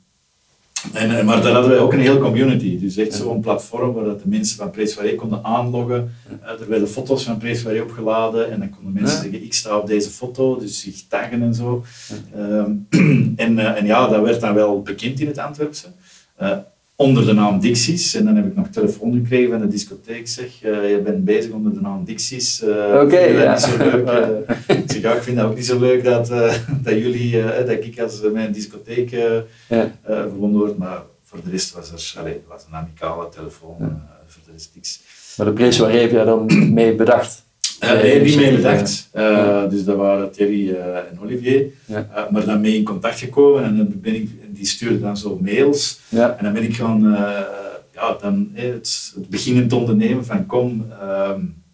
en, maar daar hadden wij ook een hele community. Dus echt ja. zo'n platform waar dat de mensen van Pré-soirée konden aanloggen. Uh, er werden foto's van Pré-soirée opgeladen en dan konden mensen ja. zeggen ik sta op deze foto, dus zich taggen en zo. Ja. Um, en, uh, en ja, dat werd dan wel bekend in het Antwerpse. Uh, onder de naam Dixies. En dan heb ik nog telefoon gekregen van de discotheek. Zeg, uh, je bent bezig onder de naam Dixies. Uh, Oké, okay, ja. Niet zo leuk. Uh, ik zeg, ja, ik vind dat ook niet zo leuk dat, uh, dat jullie, uh, dat ik als uh, mijn discotheek uh, ja. uh, verbonden word. Maar voor de rest was er allee, was een amicale telefoon. Uh, voor de rest niks. Maar de Pré-soirée heb jij dan mee bedacht? Uh, nee, niet mee bedacht. Uh, ja. Dus dat waren Thierry uh, en Olivier. Ja. Uh, maar dan mee in contact gekomen en dan ben ik, die stuurde dan zo mails. Ja. En dan ben ik gewoon uh, ja, dan, eh, het, het beginnen te ondernemen van kom, uh,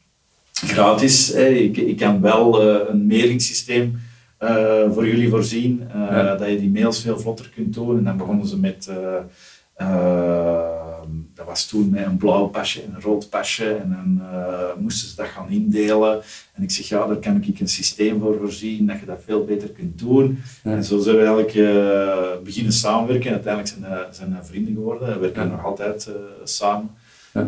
gratis. Eh, ik, ik kan wel uh, een mailingssysteem uh, voor jullie voorzien, uh, ja. dat je die mails veel vlotter kunt doen. En dan begonnen ze met... Uh, uh, dat was toen met een blauw pasje en een rood pasje en dan uh, moesten ze dat gaan indelen. En ik zeg, ja, daar kan ik een systeem voor voorzien, dat je dat veel beter kunt doen. Ja. En zo zijn we eigenlijk uh, beginnen samenwerken en uiteindelijk zijn we zijn we vrienden geworden. We werken ja. nog altijd uh, samen. Ja.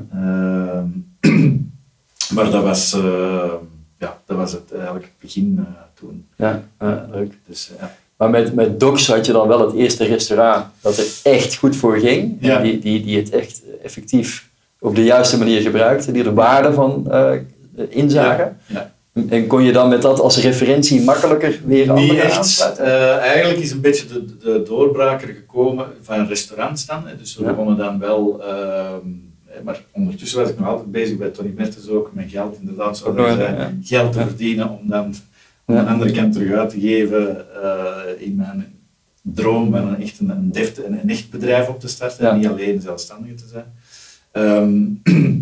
Uh, maar dat was, uh, ja, dat was het, eigenlijk het begin uh, toen. Ja, ja leuk. Dus, ja. Maar met, met Docs had je dan wel het eerste restaurant dat er echt goed voor ging. Ja. Die, die, die het echt effectief op de juiste manier gebruikte. Die er waarde van uh, inzagen. Ja. Ja. En kon je dan met dat als referentie makkelijker weer anderen aansluiten? Uh, eigenlijk is een beetje de, de doorbraker gekomen van restaurants dan. Dus we ja. begonnen dan wel... Uh, maar ondertussen was ik nog altijd bezig bij Tony Mertens ook. Met geld inderdaad. Zoals hij zei, ja. Geld te ja. verdienen om dan... om ja. aan de andere kant terug uit te geven uh, in mijn droom van een echt een, een, deft, een, een echt bedrijf op te starten ja. en niet alleen zelfstandige te zijn. Um,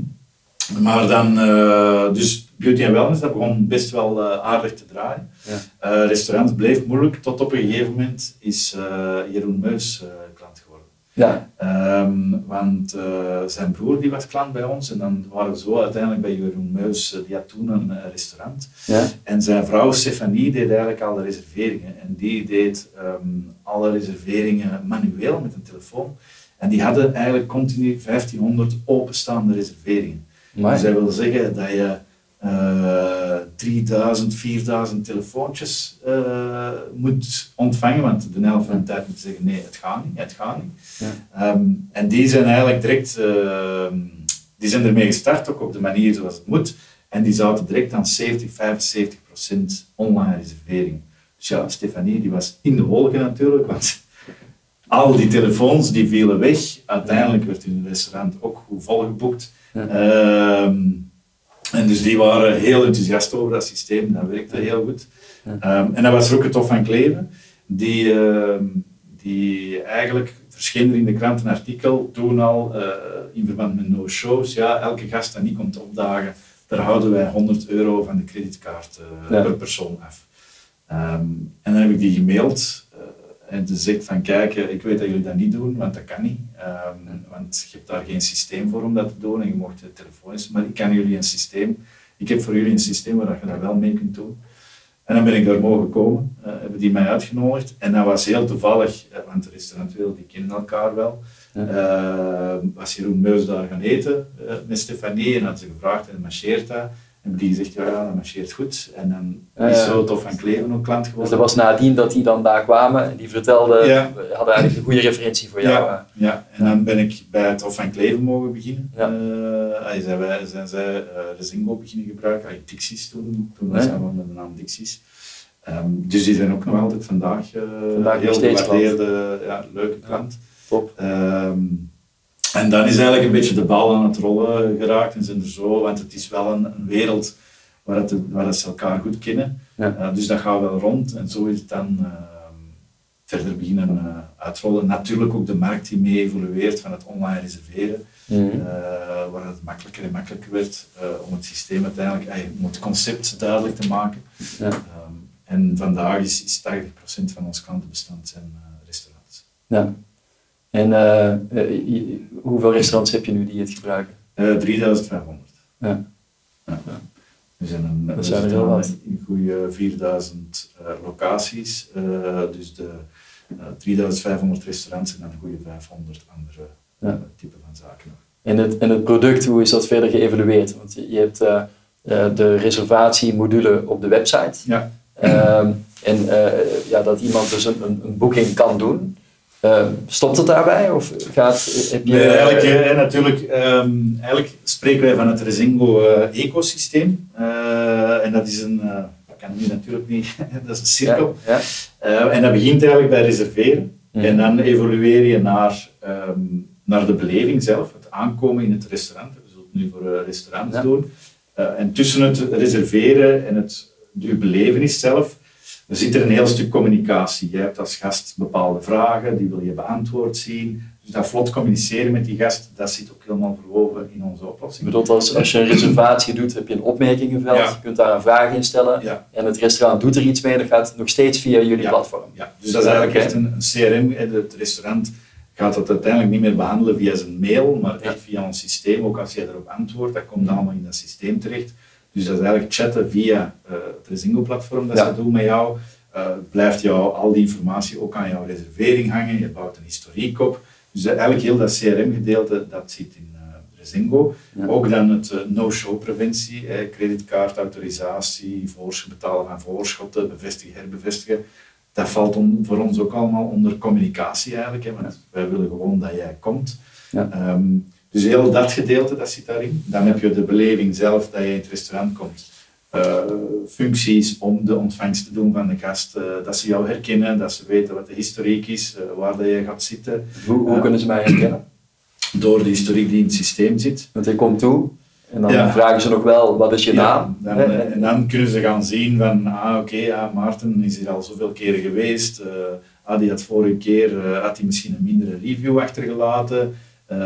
maar dan, uh, dus beauty en wellness, dat begon best wel uh, aardig te draaien. Ja. Uh, restaurants bleef moeilijk, tot op een gegeven moment is uh, Jeroen Meus uh, klant geworden. Ja. Um, want uh, zijn broer die was klant bij ons en dan waren we zo uiteindelijk bij Jeroen Meus, uh, die had toen een uh, restaurant. Ja. En zijn vrouw Stefanie deed eigenlijk al de reserveringen en die deed um, alle reserveringen manueel met een telefoon. En die hadden eigenlijk continu vijftienhonderd openstaande reserveringen. Amai. Dus dat wil zeggen dat je uh, drieduizend, vierduizend telefoontjes uh, moet ontvangen, want de helft van de tijd moet je zeggen nee, het gaat niet, het gaat niet. Ja. Um, en die zijn eigenlijk direct, uh, die zijn ermee gestart, ook op de manier zoals het moet. En die zaten direct aan zeventig, vijfenzeventig procent online reserveringen. Dus ja, Stefanie die was in de wolken natuurlijk, want al die telefoons die vielen weg. Uiteindelijk werd hun restaurant ook goed volgeboekt. Ja. Um, en dus die waren heel enthousiast over dat systeem, dat werkte heel goed. Ja. Um, en dat was er ook het Hof van Kleven, die, uh, die eigenlijk verscheen er in de krant een artikel toen al uh, in verband met no-shows. Ja, elke gast dat niet komt opdagen, daar houden wij honderd euro van de creditcard uh, ja. per persoon af. Um, en dan heb ik die gemaild. En ze zegt van kijk, ik weet dat jullie dat niet doen, want dat kan niet. Um, want je hebt daar geen systeem voor om dat te doen en je mocht de telefoon. Maar ik kan jullie een systeem, ik heb voor jullie een systeem waar je dat wel mee kunt doen. En dan ben ik daar mogen komen, uh, hebben die mij uitgenodigd. En dat was heel toevallig, uh, want de restaurantwereld die kennen elkaar wel. Uh, was Jeroen Meus daar gaan eten uh, met Stefanie en had ze gevraagd en marcheert dat. En heb die gezegd, ja, ja, dat marcheert goed. En dan is zo het Hof van Kleven ook klant geworden. Dus dat was nadien dat die dan daar kwamen en die vertelden, ja. hadden eigenlijk een goede referentie voor jou. Ja, ja. En dan ben ik bij het Hof van Kleven mogen beginnen. Ja. Uh, zijn, wij, zijn zij uh, Resingo beginnen gebruiken, uh, Dixies toen, toen was hij met de naam Dixies. Um, dus die zijn ook nog altijd vandaag, uh, vandaag heel gewaardeerde, ja, leuke klant. Ja, top. Um, En dan is eigenlijk een beetje de bal aan het rollen geraakt en zijn er zo, want het is wel een, een wereld waar, het, waar het ze elkaar goed kennen. Ja. Uh, dus dat gaat wel rond en zo is het dan uh, verder beginnen uh, uitrollen. Natuurlijk ook de markt die mee evolueert van het online reserveren, mm-hmm. uh, waar het makkelijker en makkelijker werd uh, om het systeem uiteindelijk, uh, om het concept duidelijk te maken. Ja. Um, en vandaag is, is tachtig procent van ons klantenbestand zijn uh, restaurants. Ja. En uh, uh, hoeveel restaurants heb je nu die het gebruiken? Uh, drieduizend vijfhonderd. Ja. Ja. We zijn een, dat zijn er heel wat. Een goede vierduizend uh, locaties, uh, dus de uh, drieduizend vijfhonderd restaurants en dan een goede vijfhonderd andere ja. uh, typen van zaken nog. En het, en het product, hoe is dat verder geëvalueerd? Want je hebt uh, uh, de reservatiemodule op de website. Ja. Um, en uh, ja, dat iemand dus een, een, een boeking kan doen. Uh, stopt het daarbij? Of gaat, heb je... Nee, eigenlijk, uh, natuurlijk, um, eigenlijk spreken wij van het Resingo-ecosysteem. Uh, uh, en dat is een... Uh, dat kan nu natuurlijk niet. Dat is een cirkel. Ja, ja. Uh, en dat begint eigenlijk bij reserveren. Mm. En dan evolueer je naar, um, naar de beleving zelf. Het aankomen in het restaurant. We zullen het nu voor uh, restaurants ja. doen. Uh, en tussen het reserveren en het, je belevenis zelf... Er zit er een heel stuk communicatie. Je hebt als gast bepaalde vragen, die wil je beantwoord zien. Dus dat vlot communiceren met die gast, dat zit ook helemaal verwoven in onze oplossing. Je bedoelt, als, als je een reservatie doet, heb je een opmerkingenveld, ja. je kunt daar een vraag in stellen ja. en het restaurant doet er iets mee, dat gaat nog steeds via jullie ja. platform. Ja, dus dat is eigenlijk echt een, een C R M. Het restaurant gaat dat uiteindelijk niet meer behandelen via zijn mail, maar echt via ons systeem. Ook als jij daarop antwoordt, dat komt allemaal in dat systeem terecht. Dus dat is eigenlijk chatten via uh, het Resingo-platform dat ja. ze doen met jou. Uh, blijft jou al die informatie ook aan jouw reservering hangen. Je bouwt een historiek op. Dus eigenlijk heel dat C R M-gedeelte, dat zit in uh, Resingo. Ja. Ook dan het uh, no-show-preventie, eh, creditcard, autorisatie, betalen van voorschotten, bevestigen, herbevestigen. Dat valt on, voor ons ook allemaal onder communicatie eigenlijk. Hè, want ja. wij willen gewoon dat jij komt. Ja. Um, Dus heel dat gedeelte, dat zit daarin. Dan heb je de beleving zelf dat je in het restaurant komt. Uh, functies om de ontvangst te doen van de gast. Uh, dat ze jou herkennen, dat ze weten wat de historiek is, uh, waar dat je gaat zitten. Hoe, hoe uh, kunnen ze mij herkennen? Door de historiek die in het systeem zit. Want je komt toe en dan ja. vragen ze nog wel, wat is je ja, naam? Dan, uh, en dan kunnen ze gaan zien van, ah oké, okay, ja, Maarten is hier al zoveel keren geweest. Uh, ah, die had vorige keer uh, had hij misschien een mindere review achtergelaten.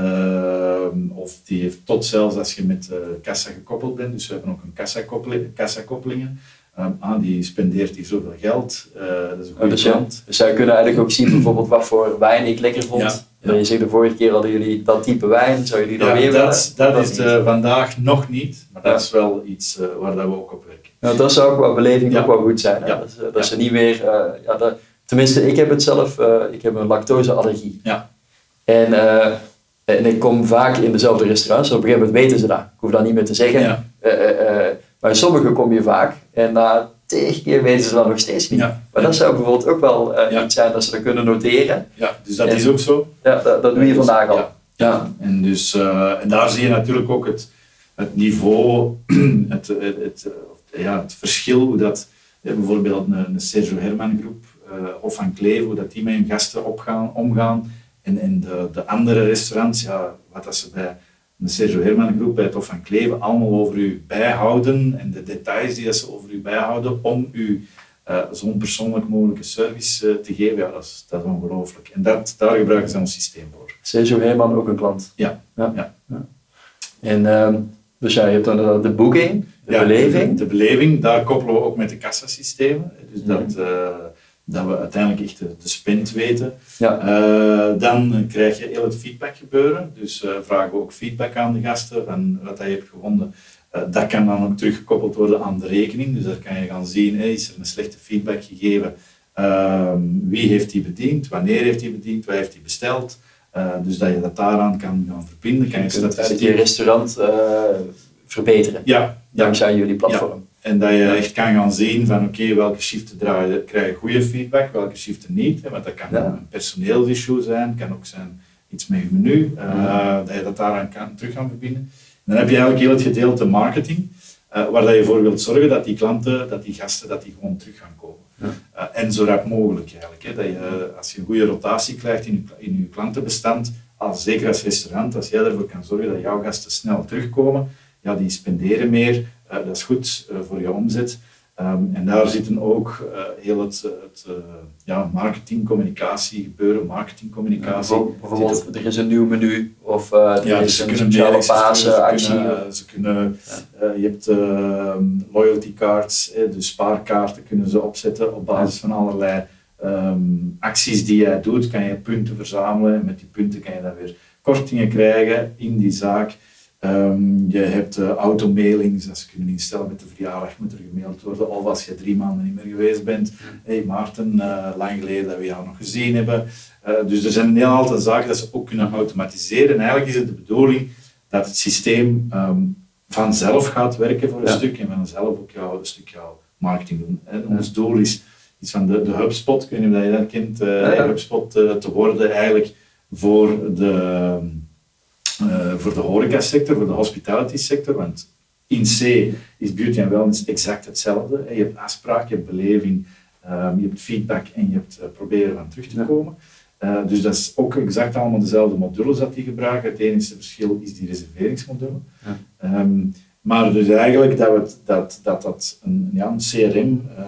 Uh, of die heeft tot zelfs als je met uh, kassa gekoppeld bent, dus we hebben ook een kassa-koppeling, kassa-koppelingen. Um, ah, die spendeert hier zoveel geld, uh, dat is een goede oh, klant. Dus zij kunnen eigenlijk ook zien bijvoorbeeld wat voor wijn ik lekker vond. Ja, ja. Je zegt de vorige keer hadden jullie dat type wijn, zou jullie dat ja, weer dat, willen? Dat is uh, vandaag nog niet, maar dat ja. is wel iets uh, waar dat we ook op werken. Nou, dat zou ook qua beleving ja. ook wel goed zijn. Ja. Dat, dat ja. ze niet meer, uh, ja, dat, tenminste ik heb het zelf, uh, ik heb een lactoseallergie. Ja. En... Uh, En ik kom vaak in dezelfde restaurants. Op een gegeven moment weten ze dat. Ik hoef dat niet meer te zeggen. Ja. Uh, uh, uh, maar in sommige kom je vaak. En na tegen keer weten ze dat nog steeds niet. Ja. Maar dat zou bijvoorbeeld ook wel uh, ja. iets zijn dat ze dat kunnen noteren. Ja, dus dat en, is ook zo. Ja, dat, dat doe je vandaag al. Ja. Ja. En, dus, uh, en daar zie je natuurlijk ook het, het niveau, het, het, het, ja, het verschil. Hoe dat, ja, bijvoorbeeld een, een Sergio Herman groep. uh, Hof van Kleve, hoe dat die met hun gasten opgaan, omgaan. En, en de, de andere restaurants, ja, wat dat ze bij de Sergio Herman groep, bij het Hof van Kleve, allemaal over u bijhouden en de details die dat ze over u bijhouden om u uh, zo'n persoonlijk mogelijke service uh, te geven, ja, dat is, dat is ongelooflijk. En dat, daar gebruiken ze ons systeem voor. Sergio Herman ook een klant? Ja. ja. ja. ja. En um, dus ja, je hebt dan de boeking, de ja, beleving. De, de beleving, daar koppelen we ook met de kassasystemen. Dus mm-hmm. dat, uh, dat we uiteindelijk echt de, de spend weten. Ja. Uh, dan krijg je heel het feedback gebeuren. Dus uh, vragen we ook feedback aan de gasten van wat je hebt gevonden. Uh, dat kan dan ook teruggekoppeld worden aan de rekening. Dus daar kan je gaan zien, hey, is er een slechte feedback gegeven? Uh, wie heeft die bediend? Wanneer heeft die bediend? Wat heeft die besteld? Uh, dus dat je dat daaraan kan gaan verbinden. Kan je statistiek je restaurant uh, verbeteren ja, dankzij jullie platform. Ja. En dat je echt kan gaan zien van oké, okay, welke shiften draaien, krijgen goede feedback, welke shiften niet. Hè, want dat kan ja. een personeelsissue zijn, kan ook zijn iets met je menu, uh, ja. dat je dat daaraan kan terug gaan verbinden. En dan heb je eigenlijk heel het gedeelte marketing, uh, waar dat je voor wilt zorgen dat die klanten, dat die gasten, dat die gewoon terug gaan komen. Ja. Uh, en zo rap mogelijk eigenlijk. Hè, dat je, als je een goede rotatie krijgt in je, in je klantenbestand, als, zeker als restaurant, als jij ervoor kan zorgen dat jouw gasten snel terugkomen, ja, die spenderen meer, uh, dat is goed uh, voor je omzet. Um, en daar zitten ook uh, heel het, het uh, ja, marketing, communicatie gebeuren, marketingcommunicatie. Ja, bijvoorbeeld, er is een nieuw menu of uh, er ja, is dus een kunnen speciale Pasen-actie. Ze kunnen, ze kunnen, uh, je hebt uh, loyalty cards, eh, dus spaarkaarten kunnen ze opzetten op basis van allerlei um, acties die jij doet. Kan je punten verzamelen en met die punten kan je dan weer kortingen krijgen in die zaak. Um, je hebt uh, automailings, dat ze kunnen instellen met de verjaardag moet er gemaild worden, of als je drie maanden niet meer geweest bent. Hé hey Maarten, uh, lang geleden dat we jou nog gezien hebben. Uh, dus er zijn een heel aantal zaken dat ze ook kunnen automatiseren. En eigenlijk is het de bedoeling dat het systeem um, vanzelf gaat werken voor een ja. stuk en vanzelf ook jou, een stuk jouw marketing doen. En ons ja. doel is iets van de, de HubSpot, ik weet niet of je dat kent, uh, ja, ja. HubSpot uh, te worden eigenlijk voor de... Uh, voor de horecasector, voor de hospitality sector, want in C is beauty and wellness exact hetzelfde. Je hebt afspraak, je hebt beleving, um, je hebt feedback en je hebt uh, proberen van terug te komen. Uh, dus dat is ook exact allemaal dezelfde modules dat die gebruiken. Het enige verschil is die reserveringsmodule. Ja. Um, maar dus eigenlijk dat we, dat, dat, dat een, ja, een C R M uh,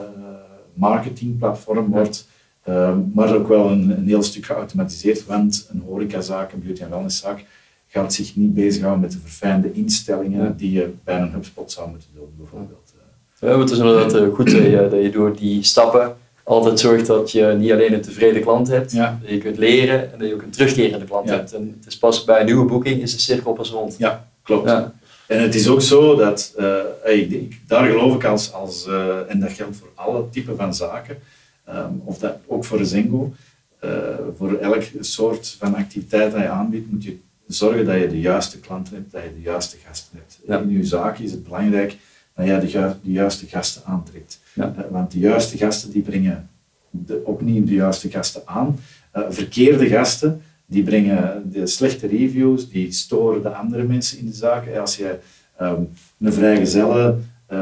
marketingplatform wordt, um, maar ook wel een, een heel stuk geautomatiseerd, want een horecazaak, een beauty and wellnesszaak, gaat zich niet bezighouden met de verfijnde instellingen ja. die je bij een HubSpot zou moeten doen, bijvoorbeeld. Ja, het is inderdaad goed dat je, dat je door die stappen altijd zorgt dat je niet alleen een tevreden klant hebt, ja. dat je kunt leren en dat je ook een terugkerende klant ja. hebt. En het is pas bij een nieuwe boeking is de cirkel pas rond. Ja, klopt. Ja. En het is ook zo dat, uh, ik, ik, daar geloof ik als, als uh, en dat geldt voor alle typen van zaken, um, of dat ook voor Zengo, uh, voor elk soort van activiteit dat je aanbiedt, moet je zorgen dat je de juiste klanten hebt, dat je de juiste gasten hebt. Ja. In je zaak is het belangrijk dat je de, ju- de juiste gasten aantrekt. Ja. Uh, want de juiste gasten die brengen de, opnieuw de juiste gasten aan. Uh, verkeerde gasten die brengen de slechte reviews, die storen de andere mensen in de zaak. Uh, als je um, een vrijgezelle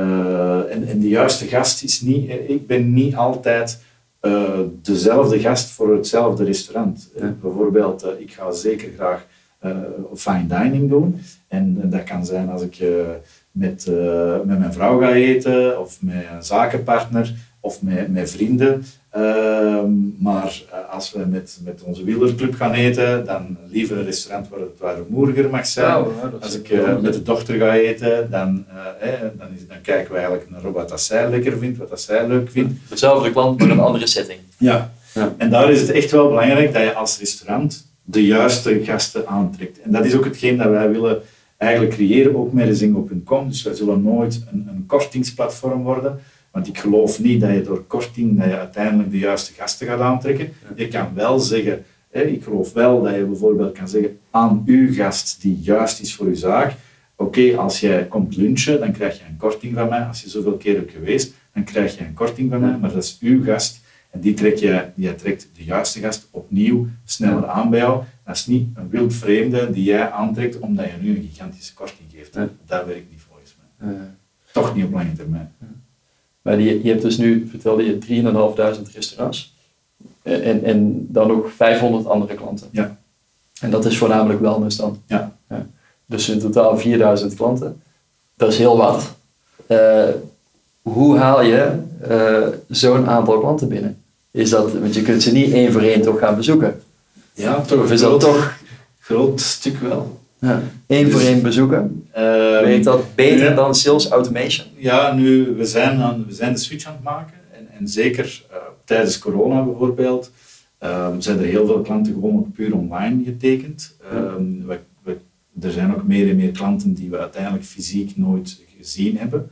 uh, en, en de juiste gast is niet, uh, ik ben niet altijd uh, dezelfde gast voor hetzelfde restaurant. Ja. Uh, bijvoorbeeld, uh, ik ga zeker graag Uh, fine dining doen. En, en dat kan zijn als ik uh, met, uh, met mijn vrouw ga eten, of met een zakenpartner, of met, met vrienden. Uh, maar uh, als we met, met onze wielerclub gaan eten, dan liever een restaurant waar het wat rumoeriger mag zijn. Oh, ja, als ik uh, met de dochter ga eten, dan, uh, eh, dan, is, dan kijken we eigenlijk naar wat dat zij lekker vindt, wat dat zij leuk vindt. Dezelfde klant, maar een andere setting. Ja. ja, en daar is het echt wel belangrijk dat je als restaurant de juiste gasten aantrekt. En dat is ook hetgeen dat wij willen eigenlijk creëren, ook met Zengo punt com. Dus wij zullen nooit een, een kortingsplatform worden, want ik geloof niet dat je door korting dat je uiteindelijk de juiste gasten gaat aantrekken. Je kan wel zeggen, hè, ik geloof wel dat je bijvoorbeeld kan zeggen aan uw gast die juist is voor uw zaak, oké, okay, als jij komt lunchen, dan krijg je een korting van mij. Als je zoveel keer hebt geweest, dan krijg je een korting van mij, maar dat is uw gast. En die trek je, die trekt de juiste gast opnieuw sneller aan bij jou. Dat is niet een wild vreemde die jij aantrekt omdat je nu een gigantische korting geeft. Ja. Dat werkt niet volgens mij. Ja. Toch niet op lange termijn. Ja. Maar die, je hebt dus nu, vertelde je, drieduizend vijfhonderd restaurants. En, en dan nog vijfhonderd andere klanten. Ja. En dat is voornamelijk wellness dan. Ja. Ja. Dus in totaal vierduizend klanten. Dat is heel wat. Uh, hoe haal je uh, zo'n aantal klanten binnen? Is dat, want je kunt ze niet één voor één toch gaan bezoeken. Ja, toch. Of is dat toch? Groot stuk wel. Ja. Eén dus, voor één bezoeken. Uh, Weet dat beter ja. dan sales automation? Ja, nu, we zijn, aan, we zijn de switch aan het maken. En, en zeker uh, tijdens corona bijvoorbeeld, um, zijn er heel veel klanten gewoon ook puur online getekend. Um, we, we, er zijn ook meer en meer klanten die we uiteindelijk fysiek nooit gezien hebben.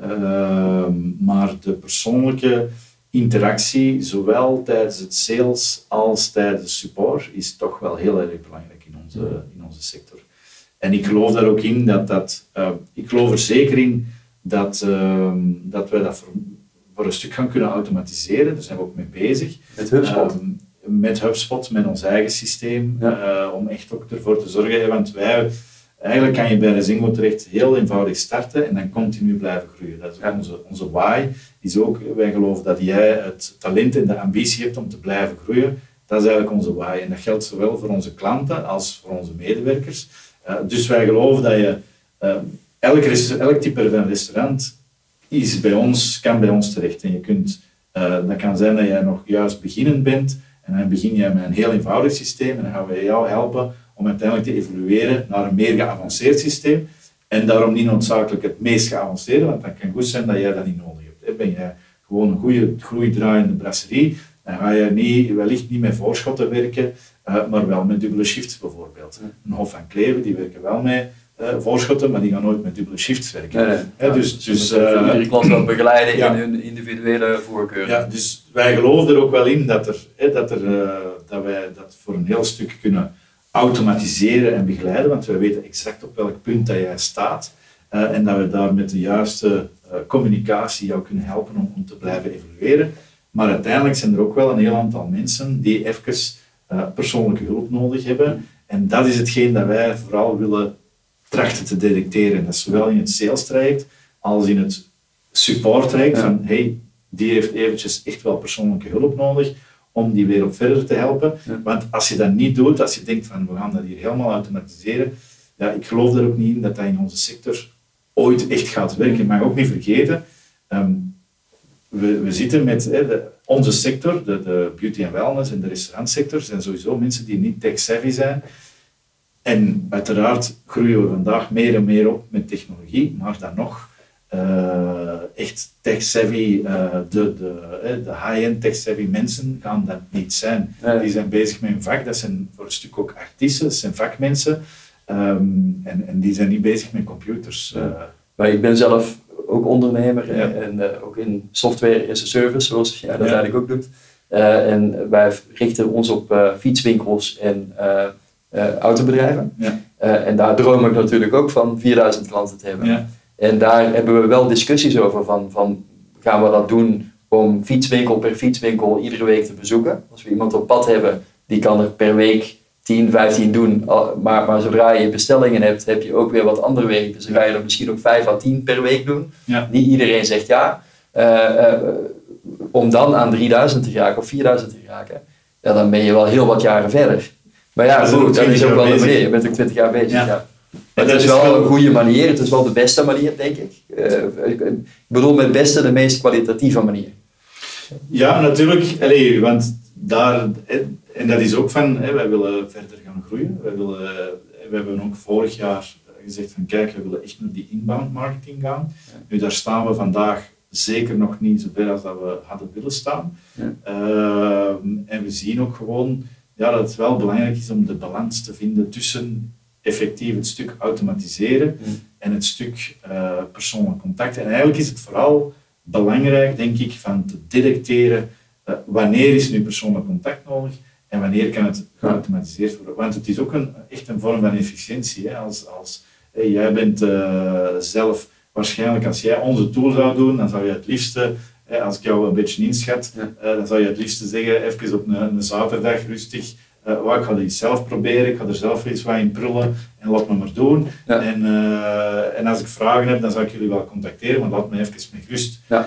Um, maar de persoonlijke interactie, zowel tijdens het sales als tijdens de support, is toch wel heel erg belangrijk in onze, in onze sector. En ik geloof daar ook in dat dat, uh, ik geloof er zeker in dat, uh, dat wij dat voor, voor een stuk gaan kunnen automatiseren. Daar zijn we ook mee bezig. Met HubSpot? Uh, met HubSpot, met ons eigen systeem, ja. uh, om echt ook ervoor te zorgen. Want wij, eigenlijk kan je bij Rezingo terecht heel eenvoudig starten en dan continu blijven groeien. Dat is ja. onze, onze why. Is ook, wij geloven dat jij het talent en de ambitie hebt om te blijven groeien. Dat is eigenlijk onze why. En dat geldt zowel voor onze klanten als voor onze medewerkers. Uh, dus wij geloven dat je uh, elk, elk type van restaurant is bij ons, kan bij ons terecht. En je kunt, uh, dat kan zijn dat jij nog juist beginnend bent en dan begin je met een heel eenvoudig systeem en dan gaan wij jou helpen om uiteindelijk te evolueren naar een meer geavanceerd systeem. En daarom niet noodzakelijk het meest geavanceerde, want dat kan goed zijn dat jij dat niet nodig hebt. Ben jij gewoon een goede groeidraaiende brasserie, dan ga je niet, wellicht niet met voorschotten werken, uh, maar wel met dubbele shifts bijvoorbeeld. Een Hof van Kleven, die werken wel met uh, voorschotten, maar die gaan nooit met dubbele shifts werken. Nee, nee. Ja, dus, dus, dus, uh, uh, iedere klant wel begeleiden ja. in hun individuele voorkeuren. Ja, dus wij geloven er ook wel in dat, er, hè, dat, er, uh, dat wij dat voor een heel stuk kunnen automatiseren en begeleiden, want wij weten exact op welk punt dat jij staat uh, en dat we daar met de juiste uh, communicatie jou kunnen helpen om, om te blijven evolueren. Maar uiteindelijk zijn er ook wel een heel aantal mensen die even uh, persoonlijke hulp nodig hebben. En dat is hetgeen dat wij vooral willen trachten te detecteren. Dat is zowel in het sales traject als in het support traject. Ja. Van, hey, die heeft eventjes echt wel persoonlijke hulp nodig om die weer op verder te helpen. Ja. Want als je dat niet doet, als je denkt van we gaan dat hier helemaal automatiseren, ja, ik geloof er ook niet in dat dat in onze sector ooit echt gaat werken. Je mag ook niet vergeten, um, we, we zitten met hè, de, onze sector, de, de beauty en wellness en de restaurantsector, zijn sowieso mensen die niet tech-savvy zijn. En uiteraard groeien we vandaag meer en meer op met technologie, maar dan nog uh, echt tech-savvy, uh, de, de, uh, de high-end tech-savvy mensen gaan dat niet zijn. Ja. Die zijn bezig met hun vak, dat zijn voor een stuk ook artiesten, dat zijn vakmensen, um, en, en die zijn niet bezig met computers. Uh. Maar ik ben zelf ook ondernemer ja. en uh, ook in software as a service, zoals jij dat ja. eigenlijk ook doet. Uh, en wij richten ons op uh, fietswinkels en uh, uh, autobedrijven. Ja. Uh, en daar droom ik natuurlijk ook van vierduizend klanten te hebben. Ja. En daar hebben we wel discussies over van, van gaan we dat doen om fietswinkel per fietswinkel iedere week te bezoeken. Als we iemand op pad hebben, die kan er per week tien, vijftien doen. Maar, maar zodra je bestellingen hebt, heb je ook weer wat andere werk. Dus dan ga je er misschien ook vijf à tien per week doen. Ja. Niet iedereen zegt ja. Uh, uh, om dan aan drieduizend te raken of vierduizend te raken, ja, dan ben je wel heel wat jaren verder. Maar ja, dat goed, dat is ook wel de manier. Je bent ook twintig jaar bezig. Ja. Ja. Maar het is wel een goede manier. Het is wel de beste manier, denk ik. Uh, ik bedoel met beste de meest kwalitatieve manier. Ja, natuurlijk. Allee, want daar... En dat is ook van, hè, wij willen verder gaan groeien. Wij willen, we hebben ook vorig jaar gezegd van kijk, we willen echt naar die inbound marketing gaan. Ja. Nu, daar staan we vandaag zeker nog niet zo ver als dat we hadden willen staan. Ja. Uh, en we zien ook gewoon ja, dat het wel belangrijk is om de balans te vinden tussen effectief het stuk automatiseren ja. en het stuk uh, persoonlijk contact. En eigenlijk is het vooral belangrijk, denk ik, van te detecteren uh, wanneer is nu persoonlijk contact nodig en wanneer kan het geautomatiseerd worden. Want het is ook een, echt een vorm van efficiëntie. Hè? Als, als hey, jij bent uh, zelf, waarschijnlijk als jij onze tool zou doen, dan zou je het liefste, hè, als ik jou een beetje inschat, ja. uh, dan zou je het liefste zeggen, even op een, een zaterdag rustig, uh, well, ik ga dit zelf proberen, ik ga er zelf eens wat in prullen en laat me maar doen. Ja. En, uh, en als ik vragen heb, dan zou ik jullie wel contacteren, maar laat me even met rust. Ja.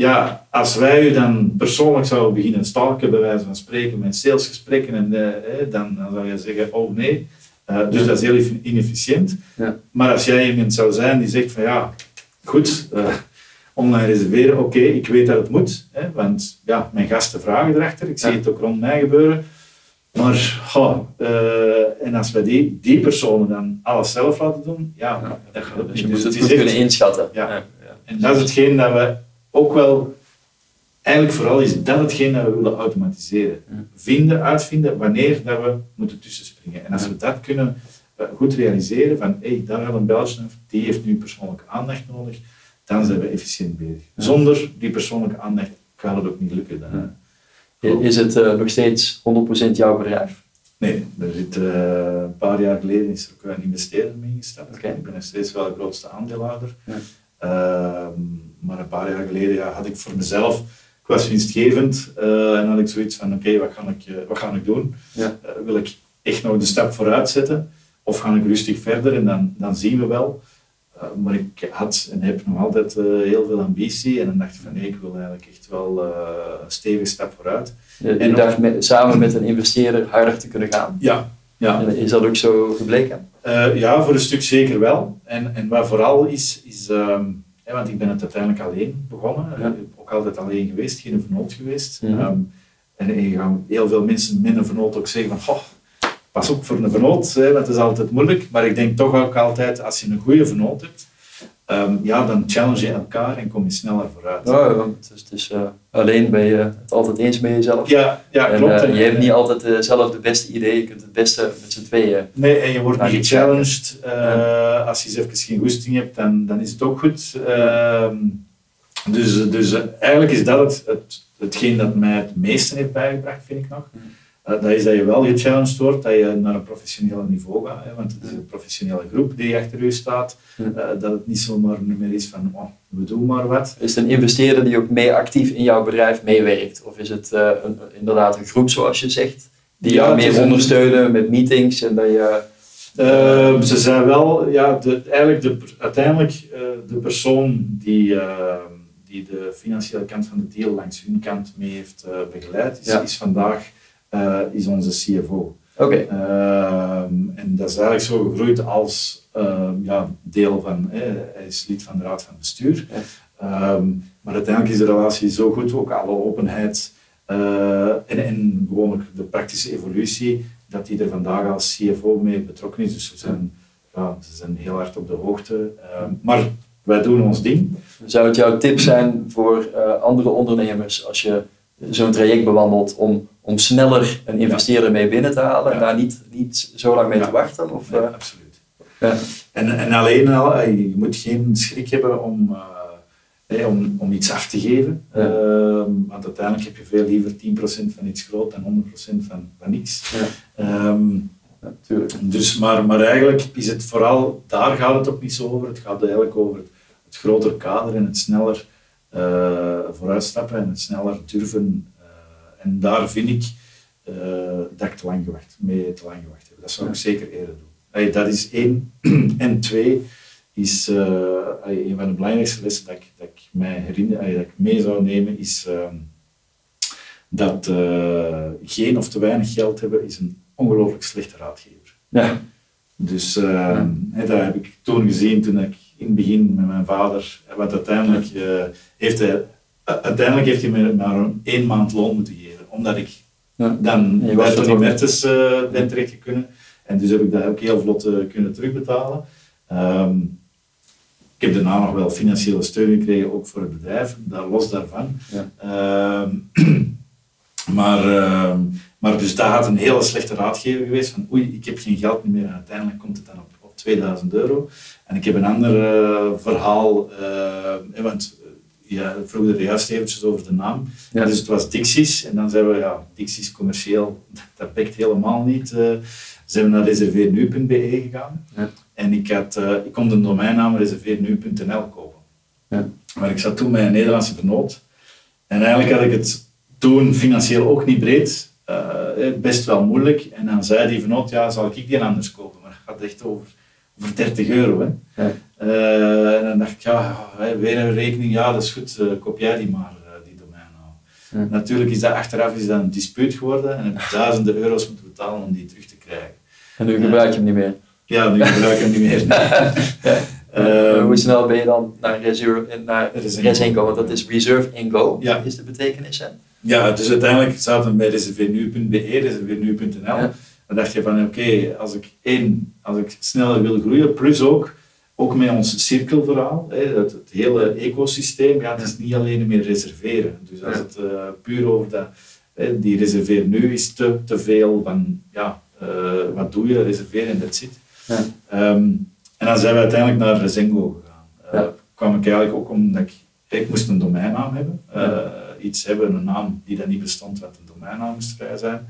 ja, als wij u dan persoonlijk zouden beginnen stalken, bij wijze van spreken, met salesgesprekken, en, uh, dan, dan zou je zeggen, oh nee. Uh, dus ja. dat is heel inefficiënt. Ja. Maar als jij iemand zou zijn die zegt van ja, goed, uh, online reserveren, oké, okay, ik weet dat het moet. Hè, want ja, mijn gasten vragen erachter, ik zie ja. het ook rond mij gebeuren. Maar, oh, uh, en als wij die, die personen dan alles zelf laten doen, ja, ja. dat gaat dus je moet het goed kunnen inschatten. Ja. Ja. Ja. En dat is hetgeen dat we ook wel, eigenlijk vooral is dat hetgeen dat we willen automatiseren. Ja. Vinden, uitvinden, wanneer dat we moeten tussenspringen. En als we dat kunnen uh, goed realiseren, van hé, hey, daar gaat een Belgische, die heeft nu persoonlijke aandacht nodig, dan zijn we efficiënt bezig. Ja. Zonder die persoonlijke aandacht gaat het ook niet lukken. Dan, ja. Is het uh, nog steeds honderd procent jouw bedrijf? Nee, er zit, uh, een paar jaar geleden is er ook een investeerder mee gestapt. Okay. Ik ben nog steeds wel de grootste aandeelhouder. Ja. Uh, maar een paar jaar geleden ja, had ik voor mezelf, ik was winstgevend uh, en had ik zoiets van oké, okay, wat, ga ik, uh, wat ga ik doen? Ja. Uh, wil ik echt nog de stap vooruit zetten? Of ga ik rustig verder en dan, dan zien we wel. Uh, maar ik had en heb nog altijd uh, heel veel ambitie en dan dacht ik van nee, ik wil eigenlijk echt wel uh, een stevige stap vooruit. Je, je dacht met, samen met een investeerder harder te kunnen gaan? Ja. ja. En is dat ook zo gebleken? Uh, ja, voor een stuk zeker wel. En, en wat vooral is, is um, hè, want ik ben het uiteindelijk alleen begonnen, ja. Ik ben ook altijd alleen geweest, geen vernoot geweest. Mm-hmm. Um, en je gaan heel veel mensen met een vernoot ook zeggen van, goh, pas op voor een vernoot, hè, want het is altijd moeilijk. Maar ik denk toch ook altijd, als je een goede vernoot hebt, um, ja, dan challenge je elkaar en kom je sneller vooruit. Ja, dus, het is, uh, alleen ben je het altijd eens met jezelf. Ja, ja en, klopt. Uh, je hebt niet altijd uh, zelf de beste idee, je kunt het beste met z'n tweeën. Nee, en je wordt niet gechallenged. Uh, ja. Als je eens even geen goesting hebt, dan, dan is het ook goed. Uh, dus dus uh, eigenlijk is dat het, het, hetgeen dat mij het meeste heeft bijgebracht, vind ik nog. Uh, dat is dat je wel gechallenged wordt, dat je naar een professioneel niveau gaat. Hè, want het is een professionele groep die achter je staat. Uh, dat het niet zomaar nu meer is van, oh, we doen maar wat. Is het een investeerder die ook mee actief in jouw bedrijf meewerkt? Of is het uh, een, inderdaad een groep, zoals je zegt, die ja, jou meer ondersteunen een... met meetings en dat je... Uh, ze zijn wel, ja, de, eigenlijk de, uiteindelijk uh, de persoon die, uh, die de financiële kant van de deal langs hun kant mee heeft uh, begeleid, is, ja. is vandaag uh, is onze C F O. Okay. Uh, en dat is eigenlijk zo gegroeid als uh, ja, deel van, eh, hij is lid van de raad van bestuur. Ja. Um, maar uiteindelijk is de relatie zo goed, ook alle openheid uh, en, en gewoon de praktische evolutie, dat hij er vandaag als C F O mee betrokken is. Dus we zijn, ja, ze zijn heel hard op de hoogte. Uh, maar wij doen ons ding. Zou het jouw tip zijn voor uh, andere ondernemers als je zo'n traject bewandelt om, om sneller een investeerder ja. mee binnen te halen en ja. daar niet, niet zo lang mee ja. te wachten? Of, nee, uh, absoluut. Ja. En, en alleen al, je moet geen schrik hebben om, uh, hey, om, om iets af te geven. Ja. Uh, want uiteindelijk heb je veel liever tien procent van iets groot dan honderd procent van, van niks. Ja. Um, ja, tuurlijk. Dus, maar, maar eigenlijk is het vooral, daar gaat het ook niet zo over. Het gaat eigenlijk over het, het grotere kader en het sneller uh, vooruitstappen en het sneller durven. Uh, en daar vind ik uh, dat ik te lang gewacht, mee te lang gewacht heb. Dat zou ik ja. zeker eerder doen. Hey, dat is één. En twee is uh, een van de belangrijkste lessen dat ik, dat ik mij herinner, dat ik mee zou nemen, is uh, dat uh, geen of te weinig geld hebben is een ongelooflijk slechte raadgever. Ja. Dus uh, ja. Hey, dat heb ik toen gezien toen ik in het begin met mijn vader, want uiteindelijk, uh, heeft hij, uiteindelijk heeft hij me maar een één maand loon moeten geven, omdat ik ja. dan bij Tony Mertens uh, ben terechtgekomen. En dus heb ik dat ook heel vlot uh, kunnen terugbetalen. Um, ik heb daarna nog wel financiële steun gekregen, ook voor het bedrijf, daar los daarvan. Ja. Um, maar, uh, maar dus dat had een hele slechte raadgever geweest, van oei, ik heb geen geld meer en uiteindelijk komt het dan op, op tweeduizend euro. En ik heb een ander uh, verhaal, uh, want ja, we vroegen er juist eventjes over de naam. Ja. Dus het was Dixis en dan zeiden we, ja, Dixis commercieel, dat pakt helemaal niet. Uh, zijn we naar reserveer nu punt b e gegaan. Ja. En ik, had, uh, ik kon de domeinnaam reserveer nu punt n l kopen. Ja. Maar ik zat toen met een Nederlandse vernoot. En eigenlijk had ik het toen financieel ook niet breed. Uh, best wel moeilijk. En dan zei die vernoot, ja, zal ik die anders kopen? Maar het gaat echt over, over dertig euro. Hè. Uh, en dan dacht ik, ja, weer een rekening, ja dat is goed, uh, koop jij die maar, uh, die domeinnaam. Ja. Natuurlijk is dat achteraf is dat een dispuut geworden en heb ik duizenden euro's moeten betalen om die terug te krijgen. En nu gebruik je hem niet meer? Ja, nu gebruik ik hem niet meer. ja. uh, Hoe snel ben je dan naar, reserve, naar Resengo? Want dat is Reserve and Go, ja. is de betekenis. Hè? Ja, dus uiteindelijk zaten we bij reserveer nu punt b e, reserveer nu punt n l. Ja. Dan dacht je van oké, okay, als ik één, als ik sneller wil groeien, plus ook, ook met ons cirkelverhaal, hè, het, het hele ecosysteem, ja, het is niet alleen meer reserveren. Dus als het uh, puur over dat, hè, die reserveer nu is te, te veel van, ja, uh, wat doe je, reserveren en dat zit. Ja. Um, en dan zijn we uiteindelijk naar Resengo gegaan. Uh, ja. kwam ik eigenlijk ook omdat ik, ik moest een domeinnaam hebben. Uh, ja. Iets hebben, een naam die dan niet bestond, wat een domeinnaam moest vrij zijn.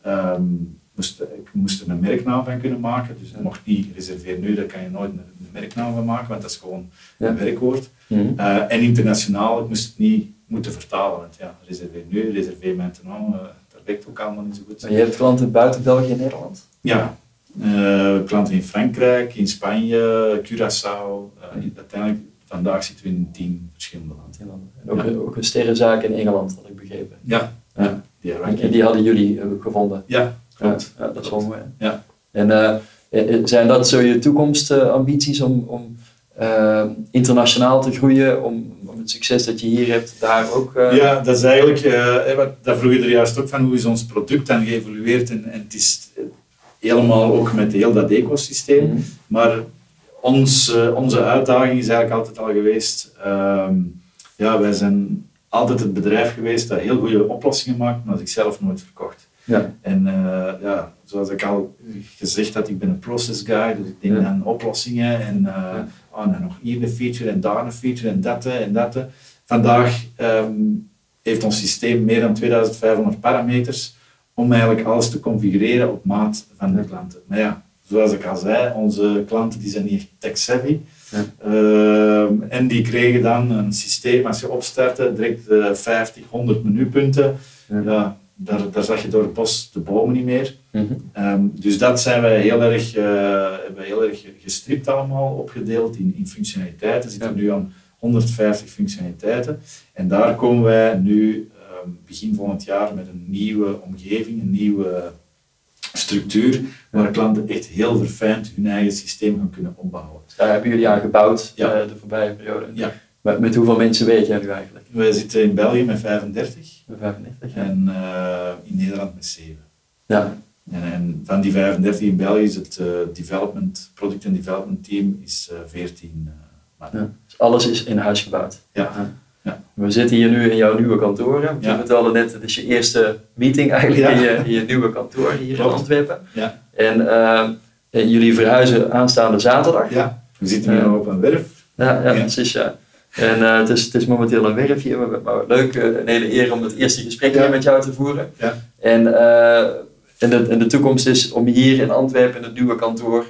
Um, moest, ik moest er een merknaam van kunnen maken, dus dat mocht niet reserveer nu, daar kan je nooit een, een merknaam van maken, want dat is gewoon ja. een werkwoord. Mm-hmm. Uh, en internationaal, ik moest het niet moeten vertalen, want ja, reserveer nu, reserveer maintenant, uh, dat werkt ook allemaal niet zo goed. Maar je hebt klanten buiten België en Nederland? Ja, uh, klanten in Frankrijk, in Spanje, Curaçao, uh, uiteindelijk vandaag zitten we in tien verschillende landen. En ook, ja. ook een sterrenzaak in Engeland, had ik begrepen. Ja, ja. ja. Die, en die hadden jullie uh, gevonden? Ja, klopt. Ja, ja, dat is wel mooi. Ja. En uh, zijn dat zo je toekomstambities om, om uh, internationaal te groeien, om, om het succes dat je hier hebt, daar ook... Uh... Ja, dat is eigenlijk, uh, dat vroeg je er juist ook van, hoe is ons product dan geëvolueerd en, en het is helemaal ook met heel dat ecosysteem, mm-hmm. maar ons, uh, onze uitdaging is eigenlijk altijd al geweest, uh, ja, wij zijn altijd het bedrijf geweest dat heel goede oplossingen maakt, maar zichzelf nooit verkocht. Ja. En uh, ja, zoals ik al gezegd had, ik ben een process guy, dus ik denk ja. aan oplossingen en, uh, ja. oh, en nog hier een feature en daar een feature en dat en dat. Vandaag um, heeft ons systeem meer dan tweeduizend vijfhonderd parameters om eigenlijk alles te configureren op maat van de klanten. Maar ja, zoals ik al zei, onze klanten die zijn niet echt tech-savvy. Ja. Uh, en die kregen dan een systeem, als je opstartte, direct uh, vijftig, honderd menupunten. Ja. Ja, daar, daar zag je door het bos de bomen niet meer. Mm-hmm. Um, dus dat zijn wij heel erg, uh, hebben heel erg gestript allemaal, opgedeeld in, in functionaliteiten. We zitten ja. nu aan honderdvijftig functionaliteiten. En daar komen wij nu um, begin volgend jaar met een nieuwe omgeving, een nieuwe structuur, waar klanten echt heel verfijnd hun eigen systeem gaan kunnen opbouwen. Dus daar hebben jullie aan gebouwd ja. uh, de voorbije periode. Ja. Met, met hoeveel mensen werk jij nu eigenlijk? Wij zitten in België met vijfendertig. Met vijfendertig, ja. En uh, in Nederland met zeven. Ja. En, en van die vijfendertig in België is het uh, development, product en development team is uh, veertien uh, mannen. Ja. Dus alles is in huis gebouwd. Ja. ja. Ja. We zitten hier nu in jouw nieuwe kantoor. Je ja. vertelde net, het is je eerste meeting eigenlijk ja. in, je, in je nieuwe kantoor hier Klopt. in Antwerpen. Ja. En uh, jullie verhuizen aanstaande zaterdag. Ja, we zitten nu uh, op een werf. Ja, ja, ja. precies ja. En uh, het, is, het is momenteel een werfje, maar, maar leuk, uh, een hele eer om het eerste gesprek ja. met jou te voeren. Ja. En, uh, en, de, en de toekomst is om hier in Antwerpen in het nieuwe kantoor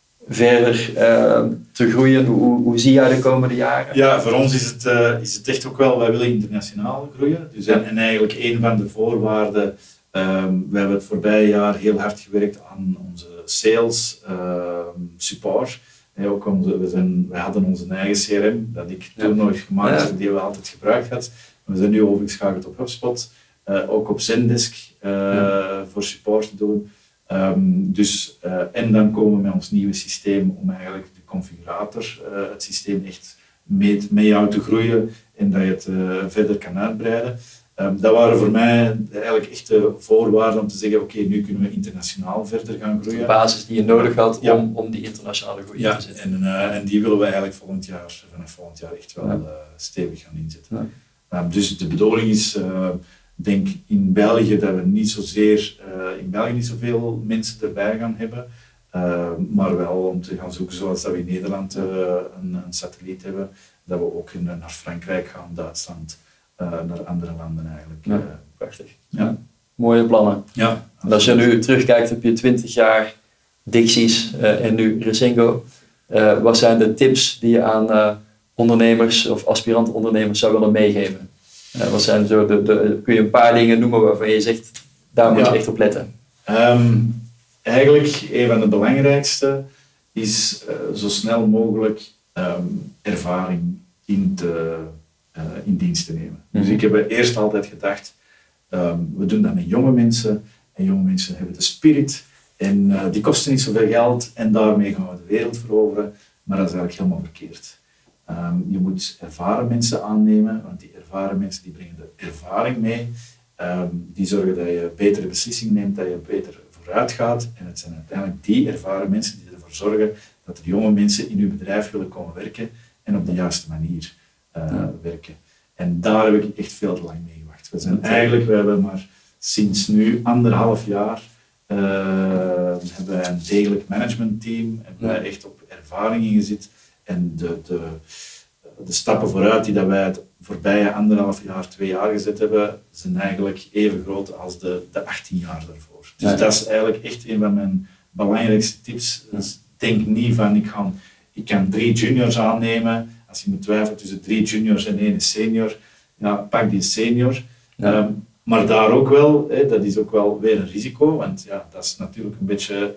verder uh, te groeien. Hoe, hoe zie jij de komende jaren? Ja, voor ons is het, uh, is het echt ook wel, wij willen internationaal groeien. Dus, en, en eigenlijk een van de voorwaarden, um, we hebben het voorbije jaar heel hard gewerkt aan onze sales, uh, support. En ook onze, we, zijn, we hadden onze eigen C R M, dat ik toen ja. nog gemaakt heb, ja. die we altijd gebruikt hadden. We zijn nu overgeschakeld op HubSpot, uh, ook op Zendesk uh, ja. voor support te doen. Um, dus, uh, en dan komen we met ons nieuwe systeem om eigenlijk de configurator, uh, het systeem echt met, met jou te groeien en dat je het uh, verder kan uitbreiden. Um, dat waren voor mij eigenlijk echt de voorwaarden om te zeggen, oké, okay, nu kunnen we internationaal verder gaan groeien. De basis die je nodig had ja. om, om die internationale groei ja, te zetten. En, uh, en die willen we eigenlijk volgend jaar, vanaf volgend jaar echt wel ja. uh, stevig gaan inzetten. Ja. Um, dus de bedoeling is, uh, denk in België dat we niet zozeer, uh, in België niet zoveel mensen erbij gaan hebben, uh, maar wel om te gaan zoeken zoals dat we in Nederland uh, een, een satelliet hebben, dat we ook in, naar Frankrijk gaan, Duitsland, uh, naar andere landen eigenlijk. Ja, uh, prachtig. Ja. Mooie plannen. Ja, en als je nu terugkijkt op je twintig jaar Dixies uh, en nu Resengo, uh, wat zijn de tips die je aan uh, ondernemers of aspirant ondernemers zou willen meegeven? Uh, wat zijn zo de, de, kun je een paar dingen noemen waarvan je zegt, daar moet je ja. echt op letten? Um, eigenlijk, een van de belangrijkste is uh, zo snel mogelijk um, ervaring in, te, uh, in dienst te nemen. Mm-hmm. Dus ik heb eerst altijd gedacht, um, we doen dat met jonge mensen. En jonge mensen hebben de spirit. En uh, die kosten niet zoveel geld. En daarmee gaan we de wereld veroveren. Maar dat is eigenlijk helemaal verkeerd. Um, je moet ervaren mensen aannemen. Want die ervaren mensen die brengen de ervaring mee. Um, die zorgen dat je betere beslissingen neemt. Dat je beter vooruit gaat. En het zijn uiteindelijk die ervaren mensen die ervoor zorgen dat er jonge mensen in uw bedrijf willen komen werken. En op de juiste manier uh, ja. werken. En daar heb ik echt veel te lang mee gewacht. We zijn eigenlijk, we hebben maar sinds nu anderhalf jaar uh, hebben wij een degelijk managementteam, hebben wij echt op ervaring ingezet en de, de, de stappen vooruit die dat wij het voorbije anderhalf jaar, twee jaar gezet hebben, zijn eigenlijk even groot als de, de achttien jaar daarvoor. Dus ja. dat is eigenlijk echt een van mijn belangrijkste tips. Dus denk niet van ik, ga, ik kan drie juniors aannemen. Als je moet twijfelen tussen drie juniors en één senior, ja, pak die senior. Ja. Um, maar daar ook wel, hè, dat is ook wel weer een risico, want ja, dat is natuurlijk een beetje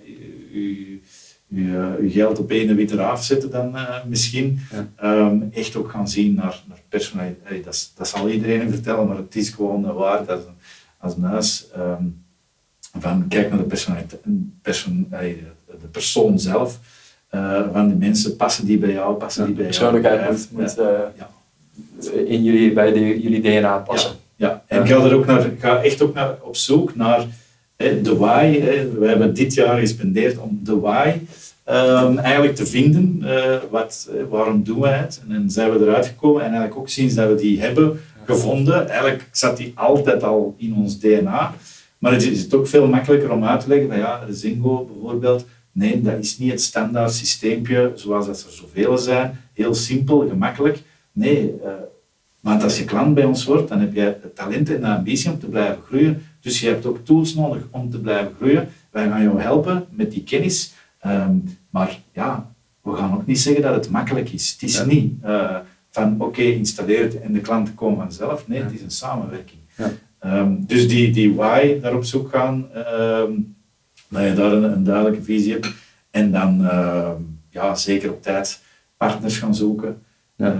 je geld op één witte raaf zetten dan uh, misschien. Ja. Um, echt ook gaan zien naar, naar personaliteit. Hey, dat, dat zal iedereen vertellen, maar het is gewoon uh, waar als een, als een huis. Um, van, kijk naar de, personaliteit, person, hey, de persoon zelf. Uh, van de mensen, passen die bij jou, passen ja, die bij persoonlijkheid jou. Persoonlijkheid moet, moet uh, ja. in jullie, bij de, jullie D N A passen. Ja. Ja, en ik ga, er ook naar, ga echt ook naar, op zoek naar hè, de why. Hè. We hebben dit jaar gespendeerd om de why um, eigenlijk te vinden. Uh, wat, uh, waarom doen wij het? En dan zijn we eruit gekomen en eigenlijk ook sinds dat we die hebben gevonden, eigenlijk zat die altijd al in ons D N A. Maar het is ook veel makkelijker om uit te leggen. Nou ja, Rezingo bijvoorbeeld, nee, dat is niet het standaard systeempje zoals dat er zoveel zijn. Heel simpel, gemakkelijk. Nee, uh, want als je klant bij ons wordt, dan heb je het talent en de ambitie om te blijven groeien. Dus je hebt ook tools nodig om te blijven groeien. Wij gaan jou helpen met die kennis. Um, maar ja, we gaan ook niet zeggen dat het makkelijk is. Het is ja. niet uh, van oké, okay, installeer het en de klanten komen vanzelf. Nee, ja. het is een samenwerking. Ja. Um, dus die, die why, daar op zoek gaan, um, dat je daar een, een duidelijke visie hebt. En dan uh, ja, zeker op tijd partners gaan zoeken. Ja.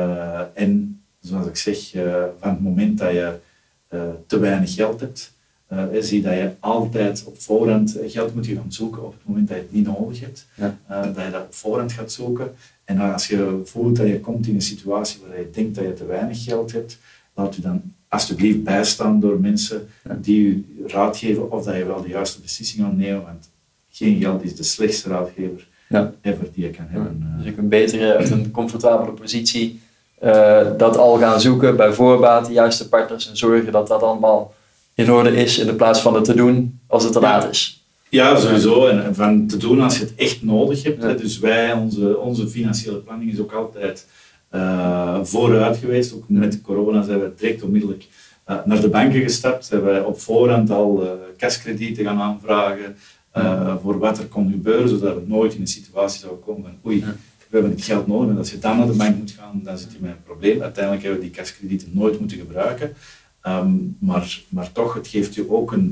Uh, en zoals ik zeg, uh, van het moment dat je uh, te weinig geld hebt, uh, zie dat je altijd op voorhand geld moet gaan zoeken op het moment dat je het niet nodig hebt. Ja. Uh, dat je dat op voorhand gaat zoeken. En als je voelt dat je komt in een situatie waar je denkt dat je te weinig geld hebt, laat je dan alsjeblieft bijstaan door mensen ja. die je raad geven of dat je wel de juiste beslissing gaat nemen. Want geen geld is de slechtste raadgever ja. ever die je kan ja. hebben. Uh. Dus ik een betere, uit een comfortabele positie Uh, dat al gaan zoeken bij voorbaat, de juiste partners en zorgen dat dat allemaal in orde is in de plaats van het te doen als het te laat ja. is. Ja, sowieso. En, en van te doen als je het echt nodig hebt. Ja. Dus wij, onze, onze financiële planning is ook altijd uh, vooruit geweest. Ook met corona zijn we direct onmiddellijk uh, naar de banken gestapt. Zijn wij op voorhand al uh, kaskredieten gaan aanvragen uh, ja. voor wat er kon gebeuren, zodat we nooit in een situatie zouden komen van oei, ja. we hebben het geld nodig, en als je dan naar de bank moet gaan, dan zit je met een probleem. Uiteindelijk hebben we die kaskredieten nooit moeten gebruiken. Um, maar, maar toch, het geeft je ook een...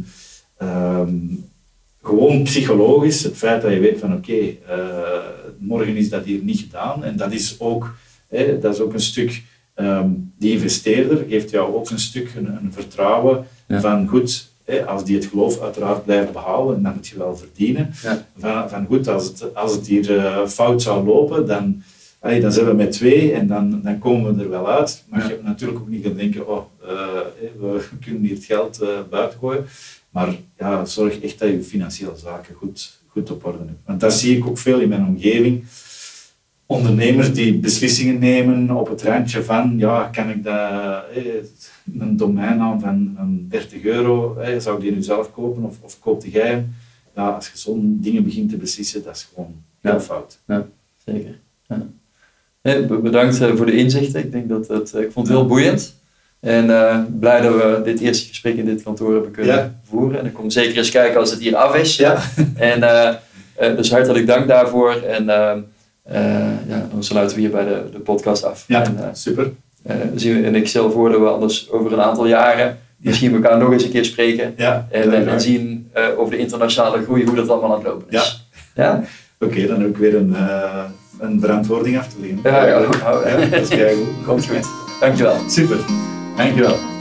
Um, gewoon psychologisch, het feit dat je weet van oké, okay, uh, morgen is dat hier niet gedaan. En dat is ook, hè, dat is ook een stuk... Um, die investeerder geeft jou ook een stuk een, een vertrouwen ja. van goed... Als die het geloof uiteraard blijven behouden, dan moet je wel verdienen. Ja. Van, van goed, als het, als het hier uh, fout zou lopen, dan, allee, dan zijn we met twee en dan, dan komen we er wel uit. Maar ja. je hebt natuurlijk ook niet gaan denken, oh, uh, we kunnen hier het geld uh, buiten gooien. Maar ja, zorg echt dat je financiële zaken goed, goed op orde hebt. Want dat zie ik ook veel in mijn omgeving. Ondernemers die beslissingen nemen op het randje van, ja, kan ik dat, eh, een domeinnaam van, van dertig euro, eh, zou ik die nu zelf kopen of, of koopte jij hem? Ja, als je zo'n dingen begint te beslissen, dat is gewoon heel ja. fout. Ja, zeker. Ja. Nee, bedankt voor de inzichten. Ik denk dat het, ik vond het heel boeiend. En uh, blij dat we dit eerste gesprek in dit kantoor hebben kunnen ja. voeren. En ik kom zeker eens kijken als het hier af is. Ja. En uh, uh, dus hartelijk dank daarvoor. En uh, uh, ja, dan sluiten we hier bij de, de podcast af. Ja, en, uh, super. Uh, zien we, en ik stel voor dat we anders over een aantal jaren misschien elkaar nog eens een keer spreken. Ja, en, en, en zien uh, over de internationale groei hoe dat allemaal aan het lopen is. Ja. Ja? Oké, okay, dan ook weer een, uh, een verantwoording af te leggen. Ja, ja, ja. ja dat is keigoed. Komt goed. Dankjewel. Super. Dankjewel.